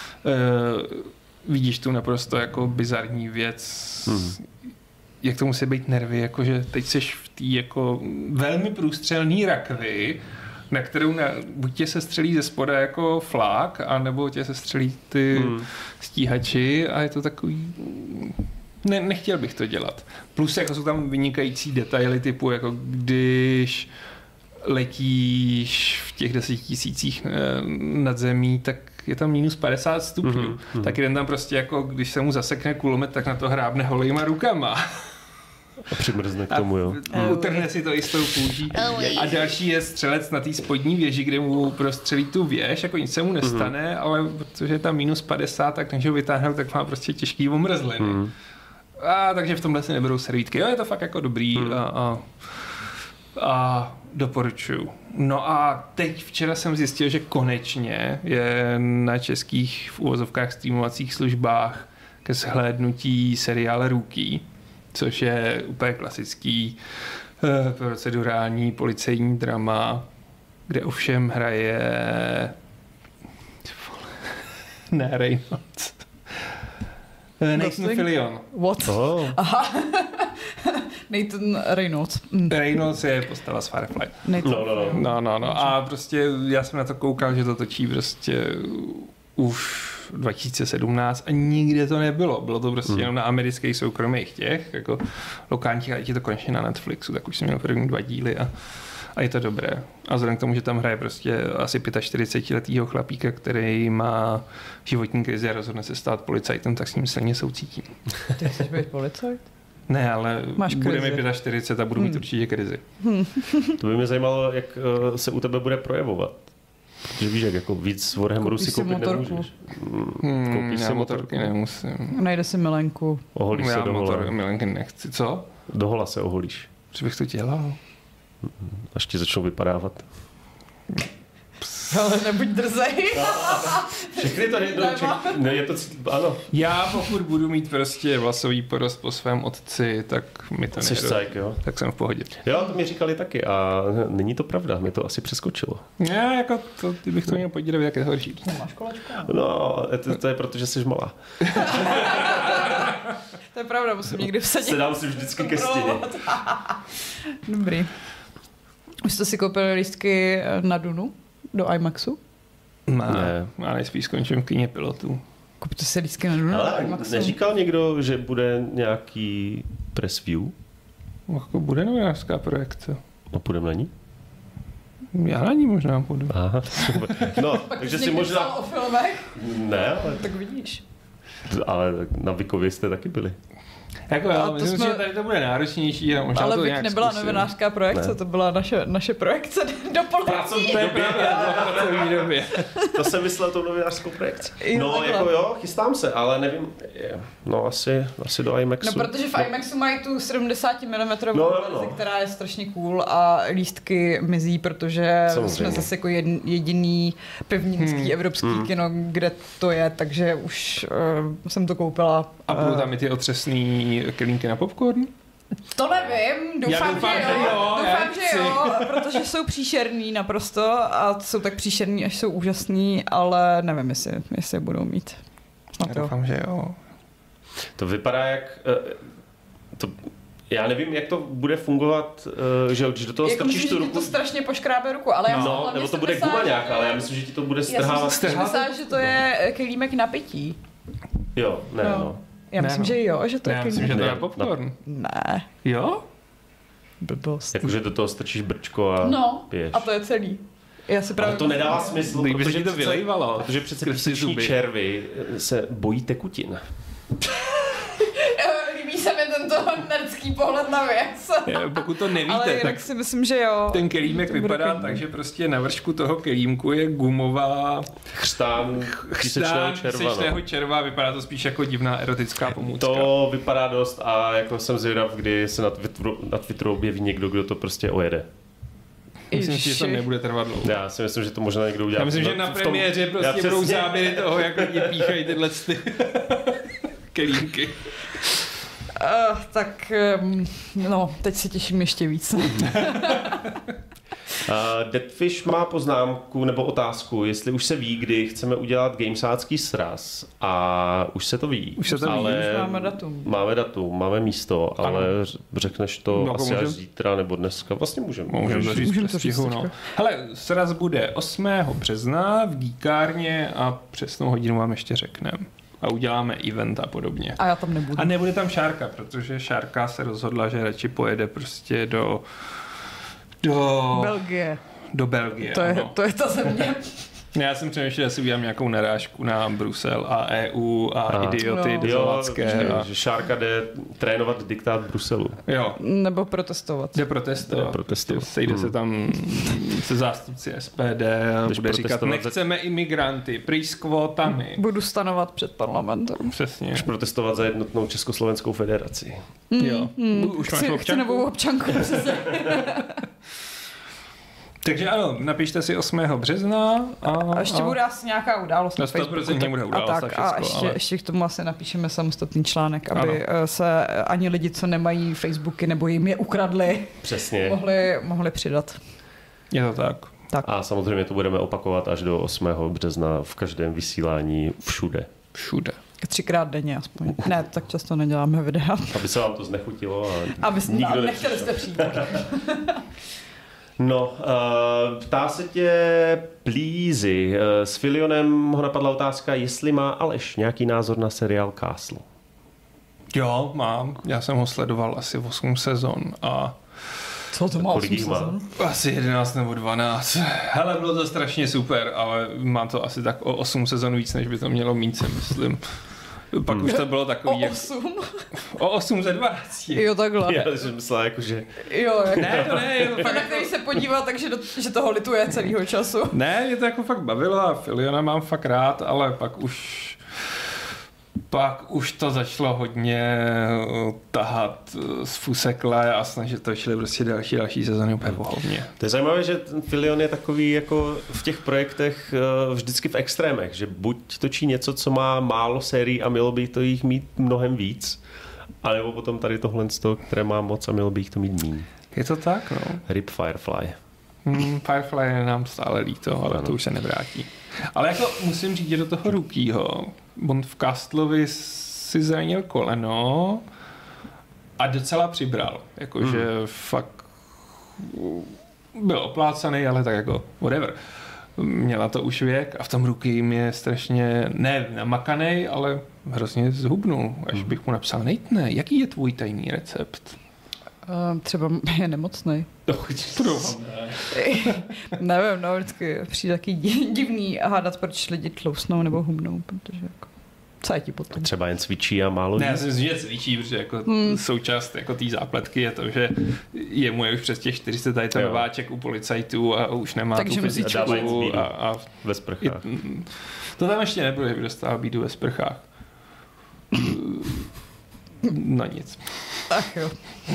vidíš tu naprosto jako bizarní věc. Jak to musí být nervy, jakože teď seš v té jako velmi průstřelný rakvi, na kterou buď tě se střelí ze spoda jako flak, anebo tě se střelí ty stíhači a je to takový... Nechtěl bych to dělat. Plus jako jsou tam vynikající detaily typu, jako když letíš v těch 10 000 nad zemí, tak je tam minus 50 stupňů. Tak jeden tam prostě jako, když se mu zasekne kulomet, tak na to hrábne holejma rukama. A přimrzne k tomu, jo. Utrhne si to i s tou kůží. A další je střelec na té spodní věži, kde mu prostřelí tu věž, jako nic se mu nestane, ale protože je tam minus 50, tak než ho vytáhnout, tak má prostě těžký omrzliny. takže v tomhle si neberou servítky. Jo, je to fakt jako dobrý a doporučuju. No a teď včera jsem zjistil, že konečně je na českých v uvozovkách streamovacích službách ke shlédnutí seriál Rookie, což je úplně klasický procedurální policejní drama, kde ovšem hraje ne Reynolds. Nathan Fillion. What? Oh. Aha. Nathan Reynolds. Reynolds je postava z Firefly. No. A prostě já jsem na to koukal, že to točí prostě už 2017 a nikde to nebylo. Bylo to prostě jenom na amerických soukromých těch, jako lokálních, a je to konečně na Netflixu, tak už jsem měl první 2 díly a je to dobré. A vzhledem k tomu, že tam hraje prostě asi 45letýho chlapíka, který má životní krizi a rozhodne se stát policajtem, tak s ním silně soucítím. Ty chceš být policajt? Ne, ale bude mi 45 a budu mít určitě krizi. To by mě zajímalo, jak se u tebe bude projevovat. Protože víš, jak jako víc Warhammeru si koupit nemůžeš. Koupíš si motorky nemusím. Najde si milenku. Oholíš se do hola. Milenky nechci, co? Do hola se oholíš. Co bych to dělal? Až ti začnou vypadávat. Ale nebuď drzej. Všechny to jednou je to, ano. Já pokud budu mít prostě vlasový porost po svém otci, tak mi to nejde. Tak jsem v pohodě. Jo, to mi říkali taky a není to pravda, mě to asi přeskočilo. Já jako to, kdybych to měl podívat, jak je to horší. Máš kolečko? No, to je proto, že jsi malá. To je pravda, musím někdy vsadit. Sedám si vždycky ke stěně. Dobrý. Už jste si koupili lístky na Dunu? Do IMAXu? Ne. Já nejspíš skončím v kyně pilotů. Kupte si lístky na Dunu do IMAXu. Neříkal někdo, že bude nějaký press view? Jako bude novinářská projekce. A půjdeme na ní? Já na ní možná půjdu. Aha, no, takže si možná... o filmech? Ne, ale... Tak vidíš. Ale na Vikově jste taky byli. Jako já myslím, že tady to bude náročnější. Ale Vik nebyla novinářská projekce, to byla naše projekce do policie. To jsem myslel tou novinářskou projekci. No jako jo, chystám se, ale nevím, no asi do IMAXu. No protože v IMAXu mají tu 70 mm verzi, která je strašně cool a lístky mizí, protože jsme zase jako jediný pevninský evropský kino, kde to je, takže už jsem to koupila. A budou tam i ty otřesný kelímky na popcorn? To nevím, doufám, že jo, protože jsou příšerný naprosto a jsou tak příšerný, až jsou úžasný, ale nevím, jestli budou mít. Já doufám, že jo. To vypadá jak... Já nevím, jak to bude fungovat, že když do toho jako strčíš tu ruku... to strašně poškrábe ruku, ale já no, nebo to bude guba nějaká, ale já myslím, že ti to bude strhávat. Já si myslím, že to je kelímek na pití. Jo, no. Já myslím, že jo, že to je kelímek. Já myslím, že to je popcorn. Ne. Jo? Blbost. Jakože do toho strčíš brčko a piješ. A to je celý. Já si právě... Ale to nedává smysl, protože to vylejvalo. Protože přece píseční červy se bojí tekutin. Líbí se mi tento nerdský pohled na věc. Pokud to nevíte, ale tak si myslím, že jo. Ten kelímek vypadá tak, že prostě na vršku toho kelímku je gumová chřtán písečného červa. Vypadá to spíš jako divná erotická pomůcka. To vypadá dost a jako jsem zvědav, kdy se na Twitteru objeví někdo, kdo to prostě ojede. Myslím, že to nebude trvat dlouho. Já si myslím, že to možná někdo udělá. Já myslím, že na premiéře prostě budou záběry toho, jak lidi píchají tyhle kelímky. Tak, no, teď se těším ještě víc. Deadfish má poznámku nebo otázku, jestli už se ví, kdy chceme udělat gamesácký sraz a už se to ví. Už máme datum. Máme datum, máme místo, ale řekneš to asi až zítra nebo dneska. Vlastně můžeme to říct. No. Hele, sraz bude 8. března v Geekárně a přesnou hodinu vám ještě řekneme. A uděláme event a podobně. A já tam nebudu. A nebude tam Šárka, protože Šárka se rozhodla, že radši pojede prostě do Belgie. Do Belgie, to je ta země. Já jsem přemýšlel, že si udělám nějakou narážku na Brusel a EU a idioty dizolovacké. Že Šárka jde trénovat diktát Bruselu. Jo. Nebo protestovat. Jde protestovat. Sejde se tam se zástupci SPD a bude říkat, nechceme imigranty, prý s kvótami. Budu stanovat před parlamentem. Přesně. Už protestovat za jednotnou Československou federaci. Jo. Už máš chci novou občanku. Takže ano, napište si 8. března. A ještě bude asi nějaká událost na Facebooku. 100% bude událost a ještě k tomu asi napíšeme samostatný článek, aby se ani lidi, co nemají Facebooky nebo jim je ukradli, přesně, mohli přidat. Je to tak. A samozřejmě to budeme opakovat až do 8. března v každém vysílání všude. 3krát denně aspoň. Ne, tak často neděláme videa. Aby se vám to znechutilo. Nechtěli jste přijít. No, ptá se tě Plízy. S Filionem ho napadla otázka, jestli má Aleš nějaký názor na seriál Castle. Jo, mám. Já jsem ho sledoval asi 8 sezon a... Co to má 8 sezon? Asi 11 nebo 12. Hele, bylo to strašně super, ale mám to asi tak o 8 sezon víc, než by to mělo mít, si myslím. Pak už to bylo takový... O 8? O 8 ze 12. Jo, takhle. Já jsem myslel, jakože... Jo, ne, to ne. Je to fakt, na který se podívá, takže že toho lituje celýho času. Ne, mě to jako fakt bavilo a Filiona mám fakt rád, ale pak už to začalo hodně tahat z fusekle a snažit to šli prostě další sezóny úplně pohodně. To je zajímavé, že ten Filion je takový jako v těch projektech vždycky v extrémech, že buď točí něco, co má málo sérií a mělo by to jich mít mnohem víc, anebo potom tady tohle, které má moc a mělo by jich to mít míň. Je to tak, no. RIP Firefly. Firefly je nám stále líto, ale to už se nevrátí. Ale jako musím říct, že do toho Rookieho, on v Castlovi si zranil koleno a docela přibral. Jakože fakt byl oplácaný, ale tak jako whatever. Měla to už věk a v tom Rookiem je strašně, ne namakanej, ale hrozně zhubnul. Až bych mu napsal, Nejtne, jaký je tvůj tajný recept? Třeba je nemocnej. Nevím, no, vždycky přijde taky divný a hádat, proč lidi tlousnou nebo hubnou, protože jako, co je ti potom? Třeba jen cvičí a málo. Ne, já si myslím, že cvičí, protože jako součást jako té zápletky je to, že jemu je už přes těch 400 tady ten nováček u policajtů a už nemá takže tu fyzičku a ve sprchách. To tam ještě nebylo, že by dostal bídu ve sprchách. No nic. Ach jo.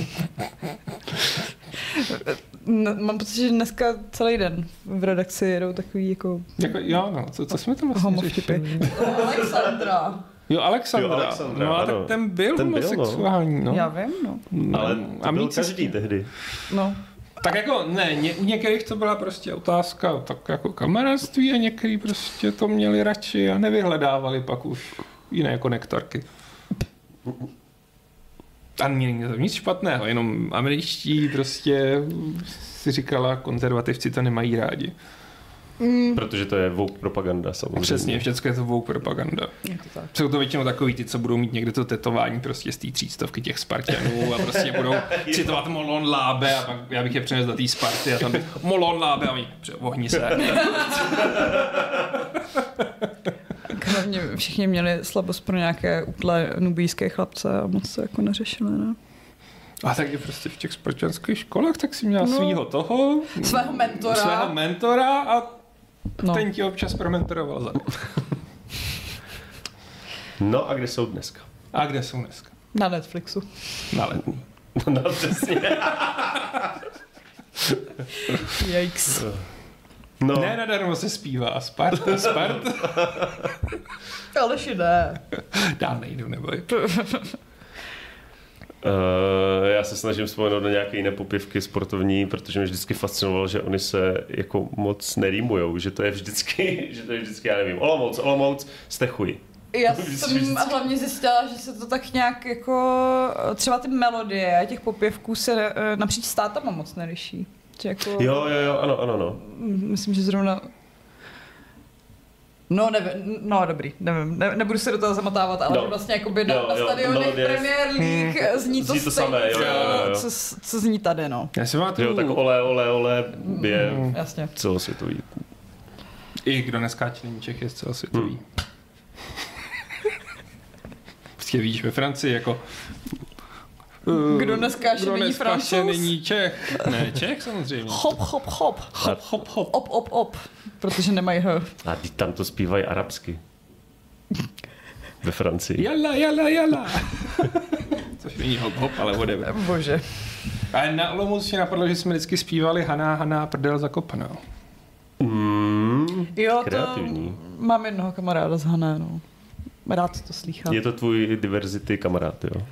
Mám pocit, že dneska celý den v redakci jedou takový jako jo, no, co jsme tam vlastně řešili? Alexandra. Jo, Alexandra. No a tak ten byl homosexuální, no. Já vím, no. Ale to byl každý tehdy. No. Tak jako, ne, u některých to byla prostě otázka tak jako kamarádství a některý prostě to měli radši a nevyhledávali pak už jiné konektorky. A není to nic špatného, jenom američtí prostě si říkala, konzervativci to nemají rádi. Protože to je woke propaganda samozřejmě. Přesně, všechno je to woke propaganda. Jsou to většinou takový ty, co budou mít někde to tetování prostě z té 300 těch Spartanů a prostě budou citovat Molon Lábe a pak já bych je přenesl do té Sparty a tam bych Molon Lábe a oni ohni se. Hlavně všichni měli slabost pro nějaké útle nubijské chlapce a moc to jako neřešili, ne? A tak je prostě v těch spartanských školách, tak si měla svého mentora a ten ti občas promentoroval za. No a kde jsou dneska? Na Netflixu. Na lední. No přesně. Yikes. No. Ne, nadarmo se zpívá. Sparta. Aleši ne. Dál nejdu, neboj. Já se snažím vzpomenout na nějaké jiné popěvky sportovní, protože mě vždycky fascinovalo, že oni se jako moc nerýmujou, že to je vždycky, já nevím, Olomouc, Stechuj. Já jsem hlavně zjistila, že se to tak nějak jako, třeba ty melodie těch popěvků se napříč státama moc neliší. Jako, jo, ano. Myslím, že zrovna... No, nevím, dobrý, nevím, nebudu se do toho zamotávat, ale vlastně jakoby na stadionech Premier League zní to samé, co zní tady, no. Já si máte... Jo, tak ole je jasně. celosvětový. I kdo neskáče není Čech, je celosvětový. Prostě víš, ve Francii jako... Kdo neskáče není Francouz? Není Čech. Ne, Čech samozřejmě. Hop, hop, hop. Hop, hop, hop. Op, op, op. Protože nemají H. A tam to zpívají arabsky. Ve Francii. Jala, jala, jala. Což není hop, hop, ale whatever. Bože. A na Olomouci napadlo, že jsme vždycky zpívali Haná, Haná, prdel zakopanou. Jo, kreativní. To mám jednoho kamaráda z Hané, no. Rád to slýchám. Je to tvůj diverzity kamarád, jo?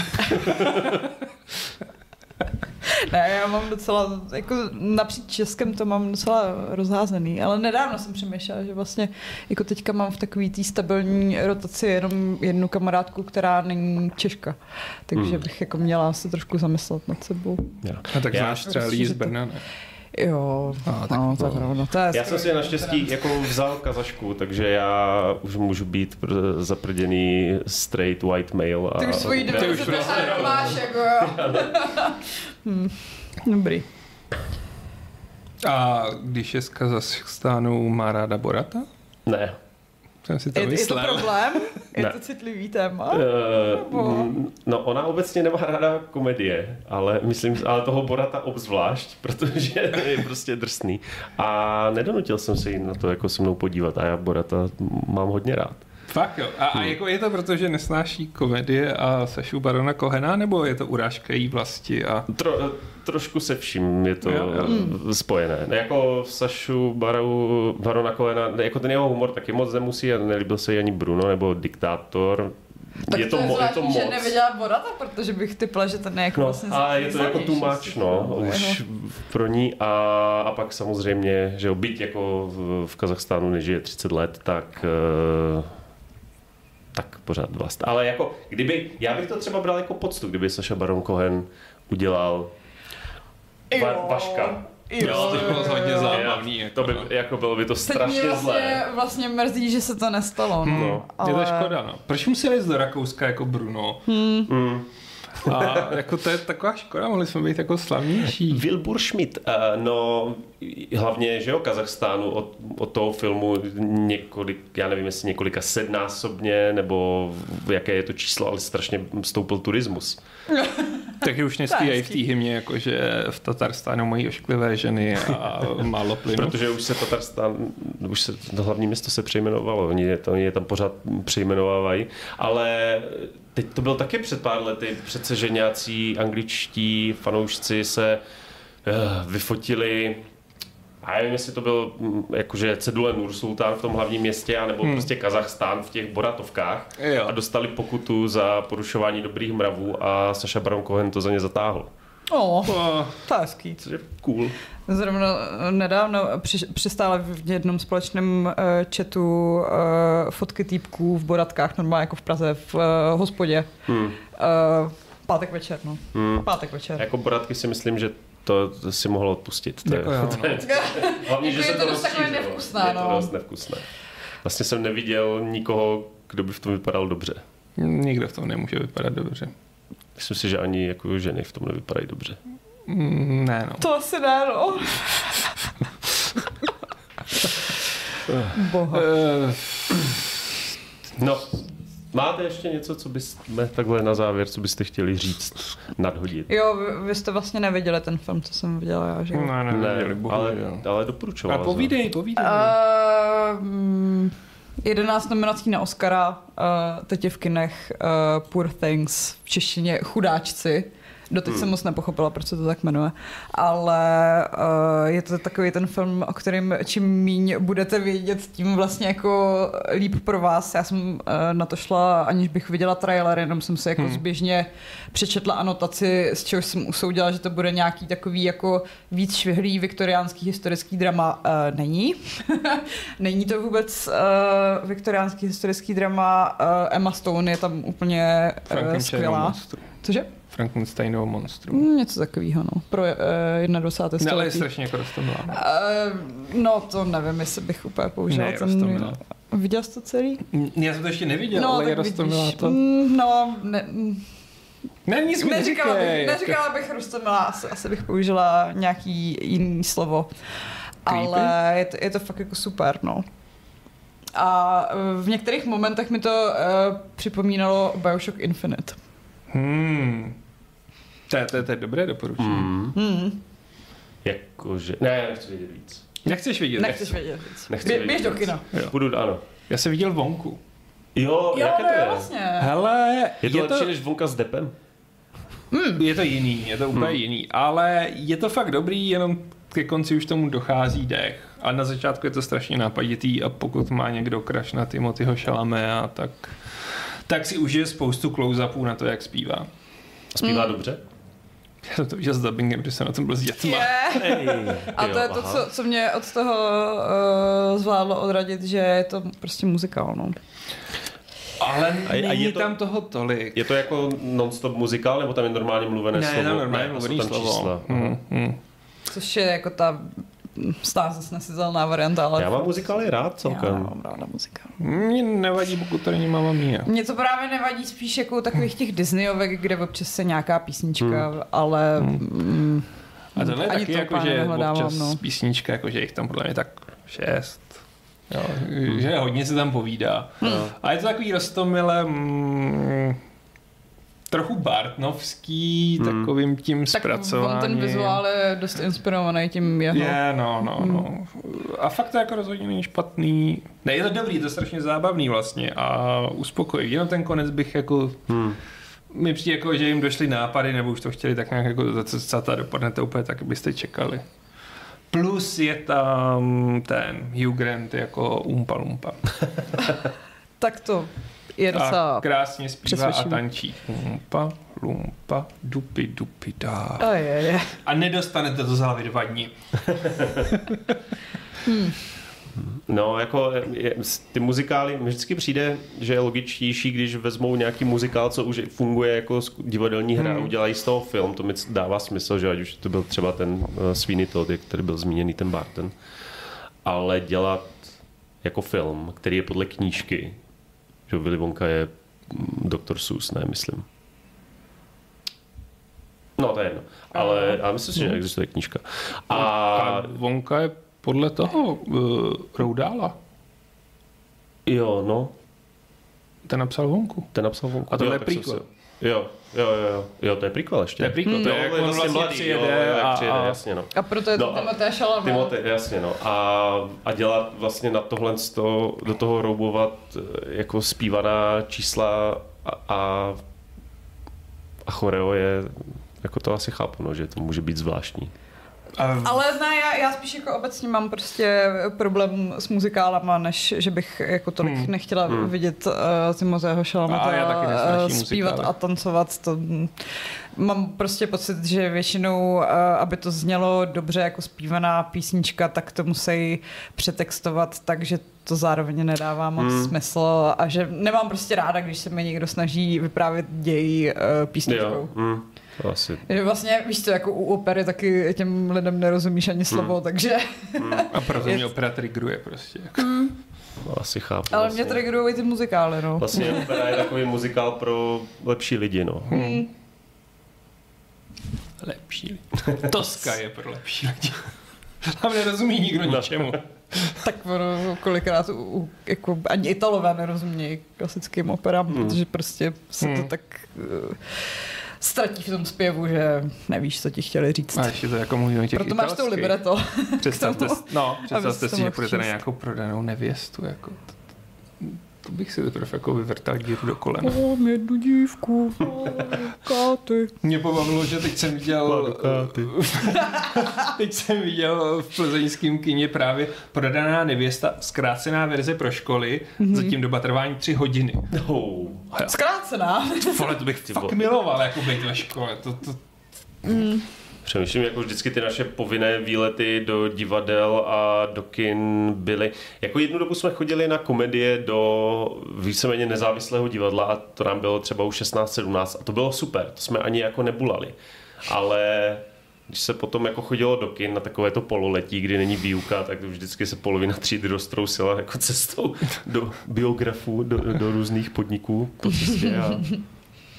Ne, já mám docela, jako napříč Českem to mám docela rozházený, ale nedávno jsem přemýšlela, že vlastně jako teďka mám v takový té stabilní rotaci jenom jednu kamarádku, která není Češka, takže bych jako měla se trošku zamyslet nad sebou. A tak znáš třeba lidi z Brna, ne? Jo, no, to je pravda. Já jsem si naštěstí jako vzal kazašku, takže já už můžu být zaprděný straight white male. Ty už svojí diverzitu máš, jako jo. Dobrý. A když je z Kazachstánu, má ráda Borata? Ne. Jsem si to je to problém? Je ne. to citlivý téma? No, ona obecně nemá ráda komedie, ale myslím, ale toho Borata obzvlášť, protože je prostě drsný. A nedonutil jsem se jí na to jako se mnou podívat a já Borata mám hodně rád. Fakt jo. A jako je to proto, že nesnáší komedie a Sašu Barona Cohena, nebo je to urážka jí vlasti? A... Trošku se vším je to spojené. Jako Sašu Barona Cohena, jako ten jeho humor taky moc nemusí a nelíbil se jí ani Bruno nebo Diktátor. Tak je to moc. Že neviděla Borata, protože bych typla, že ten je jako vlastně a je to jako too much, no, už pro ní a pak samozřejmě, že byť jako v Kazachstánu nežije 30 let, tak pořád vlast. Ale jako, já bych to třeba bral jako poctu, kdyby Saša Baron Cohen udělal Vaška. Jo, to bylo hodně zábavný. Bylo by to strašně zlé. Vlastně mrzí, že se to nestalo. No. Ale... Je to škoda, no. Proč museli jít do Rakouska jako Bruno? A jako to je taková škoda, mohli jsme být jako slavnější. Wilbur Schmidt, no hlavně, že jo, Kazachstánu od toho filmu já nevím, jestli několika sednásobně, nebo jaké je to číslo, ale strašně stoupil turismus. Takže už nespívají v té hymně, jakože v Tatarstánu mají ošklivé ženy a málo plynu. Protože už se to hlavní město se přejmenovalo, oni je tam pořád přejmenovávají, ale teď to bylo taky před pár lety, přece, že nějací angličtí fanoušci se vyfotili, a já nevím, jestli to byl jakože cedule Nursultán v tom hlavním městě, anebo prostě Kazachstán v těch Boratovkách a dostali pokutu za porušování dobrých mravů a Saša Baron Cohen to za ně zatáhl. To je hezký. Což je cool. Zrovna nedávno přistála v jednom společném chatu fotky týpků v boratkách, normálně jako v Praze, v hospodě. Pátek večer, no. Pátek večer. Jako boratky si myslím, že to si mohlo odpustit. Hlavně, že je se to dost takové nevkusné. Je to dost nevkusné. Vlastně jsem neviděl nikoho, kdo by v tom vypadal dobře. Nikdo v tom nemůže vypadat dobře. Myslím si, že ani jako ženy v tom nevypadají dobře. Ne, no. To asi ne, no. Boha. No, máte ještě něco, co byste takhle na závěr, co byste chtěli říct, nadhodit? Jo, vy jste vlastně neviděli ten film, co jsem viděla já, že jo? Ne, ale doporučoval. A povídej. 11 nominací na Oscara, teď je v kinech Poor Things, v češtině Chudáčci. Doteď jsem moc nepochopila, proč se to tak jmenuje, ale je to takový ten film, o kterém čím míň budete vědět, tím vlastně jako líp pro vás. Já jsem na to šla, aniž bych viděla trailer, jenom jsem si jako zběžně přečetla anotaci, z čehož jsem usoudila, že to bude nějaký takový jako víc švihlý viktoriánský historický drama. Není. Není to vůbec viktoriánský historický drama. Emma Stone je tam úplně skvělá. Cože? Frankensteinovo monstrum. Něco takového, no. Pro 21. století. Ale je strašně jako roztomilá. No to nevím, jestli bych úplně použila ten... Viděl jsi to celý? Já jsem to ještě neviděl, no, ale je roztomilá to. Ne, nic mi neříkala bych roztomilá, asi bych použila nějaký jiný slovo. Ale je to fakt jako super, no. A v některých momentech mi to připomínalo Bioshock Infinite. To je dobré doporučení. Jakože... Ne, nechci vědět víc. Nechceš vědět? Nechceš vědět víc. Běž do kina. Půjdu, ano. Já jsem viděl Vonku. Jo, jaké to je? Vlastně. Hele, je to lepší než Vonka s Deppem? Je to jiný, je to úplně jiný, ale je to fakt dobrý, jenom ke konci už tomu dochází dech. A na začátku je to strašně nápaditý a pokud má někdo crush na Timothyho Chalamea, tak si užije spoustu close-upů na to, jak zpívá. Zpívá dobře? Já jsem to viděl s dubbingem, že jsem na tom byl s dětma. A to je to, co mě od toho zvládlo odradit, že je to prostě muzikál, no. Ale není tam toho tolik. Je to jako non-stop muzikál, nebo tam je normálně mluvené slovo? Ne, normálně mluvené slovo. Což je jako ta snesitelná varianta. Ale já mám muzikály rád celkem. Já mám ráda muzikály. Mně nevadí, pokud to není Mamma Mia. Mně to právě nevadí spíš jako takových těch Disneyovek, kde občas se nějaká písnička, ale... A tohle je taky jako, že občas písnička, jako, že jich tam podle mě tak 6. Jo, že hodně se tam povídá. A je to takový roztomile trochu Bartnovský, takovým tím zpracováním. Tak ten vizuál je dost inspirovaný tím jeho. No. A fakt to jako rozhodně není špatný. Ne, je to dobrý, je to strašně zábavný vlastně a uspokojivý. Jenom ten konec bych jako... Mi přijde jako, že jim došly nápady, nebo už to chtěli tak nějak jako zacata, dopadne to úplně tak, byste čekali. Plus je tam ten Hugh Grant jako Umpa Lumpa. Tak to je docela a krásně zpívá a tančí. Umpa Lumpa, dupi dupi dá. A nedostanete to z hlavy 2 dní. No, jako ty muzikály, mi vždycky přijde, že je logičtější, když vezmou nějaký muzikál, co už funguje jako divadelní hra a udělají z toho film. To mi dává smysl, že ať už to byl třeba ten Sweeney Todd, jak tady byl zmíněný ten Barton. Ale dělat jako film, který je podle knížky, že Willy Wonka je Dr. Seuss, ne, myslím. No, to je jedno. Ale myslím si, že existuje knížka. A Wonka je podle toho Roudála. Jo, no. Ten napsal Wonku. A to je prequel. Jo, to je prequel ještě. To je prequel, to je jak on vlastně přijede jasně, no. A proto je to Timothée Chalamet. Jasně, no. A dělat vlastně na tohle do toho roubovat jako zpívaná čísla a choreo je, jako to asi chápu, no, že to může být zvláštní. Ale ne, já spíš jako obecně mám prostě problém s muzikálama, než že bych jako tolik nechtěla vidět Timothého Chalameta zpívat a tancovat. To mám prostě pocit, že většinou, aby to znělo dobře jako zpívaná písnička, tak to musí přetextovat, takže to zároveň nedává moc smysl a že nemám prostě ráda, když se mi někdo snaží vyprávět děj písničkou. Asi. Že vlastně, víš co, jako u opery taky těm lidem nerozumíš ani slovo, takže... A proto mě opera triggeruje prostě. Asi chápu. Ale vlastně. Mě triggerují ty muzikály, no. Vlastně opera je takový muzikál pro lepší lidi, no. Lepší lidi. Toska je pro lepší lidi. Tam nerozumí nikdo ničemu. Tak kolikrát jako ani Italové nerozumí klasickým operám, protože prostě se to tak... ztratí v tom zpěvu, že nevíš, co ti chtěli říct. A ještě to jako mluvíme těch proto máš to libretto. Představte si, že půjdete na nějakou prodanou nevěstu. Jako, to bych si teprve jako vyvrtal díru do kolena. Mám jednu dívku, Káty. Mě pobavilo, že teď jsem viděl v plzeňském kině právě Prodaná nevěsta, zkrácená verze pro školy, zatím doba trvání 3 hodiny. Zkrácená? Vole, to bych fakt miloval, jako být ve škole. Přemýšlím, jako vždycky ty naše povinné výlety do divadel a do kin byly. Jako jednu dobu jsme chodili na komedie do víceméně nezávislého divadla a to nám bylo třeba už 16-17 a to bylo super, to jsme ani jako nebulali. Ale když se potom jako chodilo do kin na takovéto pololetí, kdy není výuka, tak vždycky se polovina třídy roztrousila jako cestou do biografů, do různých podniků po cestě.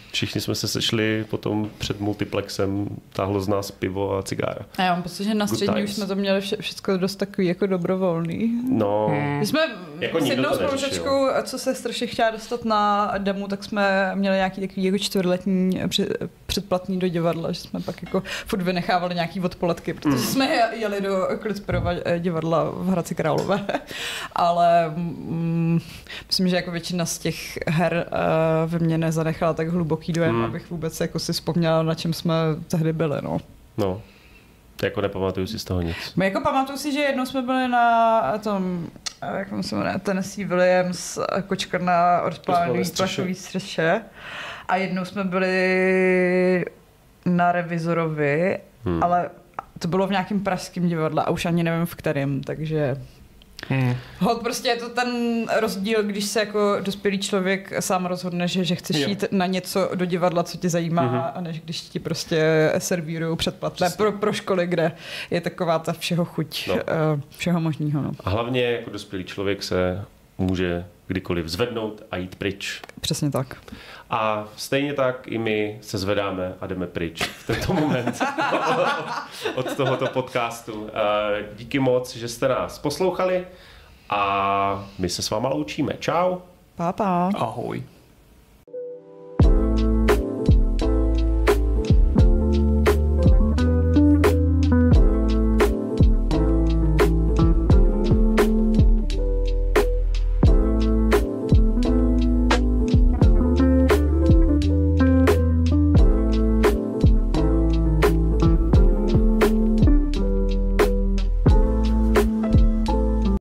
Všichni jsme se sešli potom před multiplexem, táhlo z nás pivo a cigára. A já mám pocit, že na střední už jsme to měli všechno dost takový jako dobrovolný. No. My jsme jako s jednou spolužačkou, co se strašně chtěla dostat na demo, tak jsme měli nějaký takový jako 4letní předplatný do divadla, že jsme pak jako furt vynechávali nějaký odpoledky, protože jsme jeli do Klitsperova divadla v Hradci Králové. Ale myslím, že jako většina z těch her ve mně nezanechala tak hluboký dojem, abych vůbec jako si vzpomněla, na čem jsme tehdy byli, no. No, jako nepamatuju si z toho nic. My jako pamatuju si, že jednou jsme byli na tom, jak se jmenuje, Tennessee Williams, kočka na odpálený plachový střeše. A jednou jsme byli na Revizorovi, ale to bylo v nějakém pražském divadle a už ani nevím v kterém, takže... Hod prostě je to ten rozdíl, když se jako dospělý člověk sám rozhodne, že chceš jít na něco do divadla, co tě zajímá, a než když ti prostě servírujou předplatné pro školy, kde je taková ta všeho chuť, všeho možného. No. A hlavně jako dospělý člověk se může kdykoliv zvednout a jít pryč. Přesně tak. A stejně tak i my se zvedáme a jdeme pryč v tento moment od tohoto podcastu. Díky moc, že jste nás poslouchali a my se s váma loučíme. Čau. Pa, pa. Ahoj.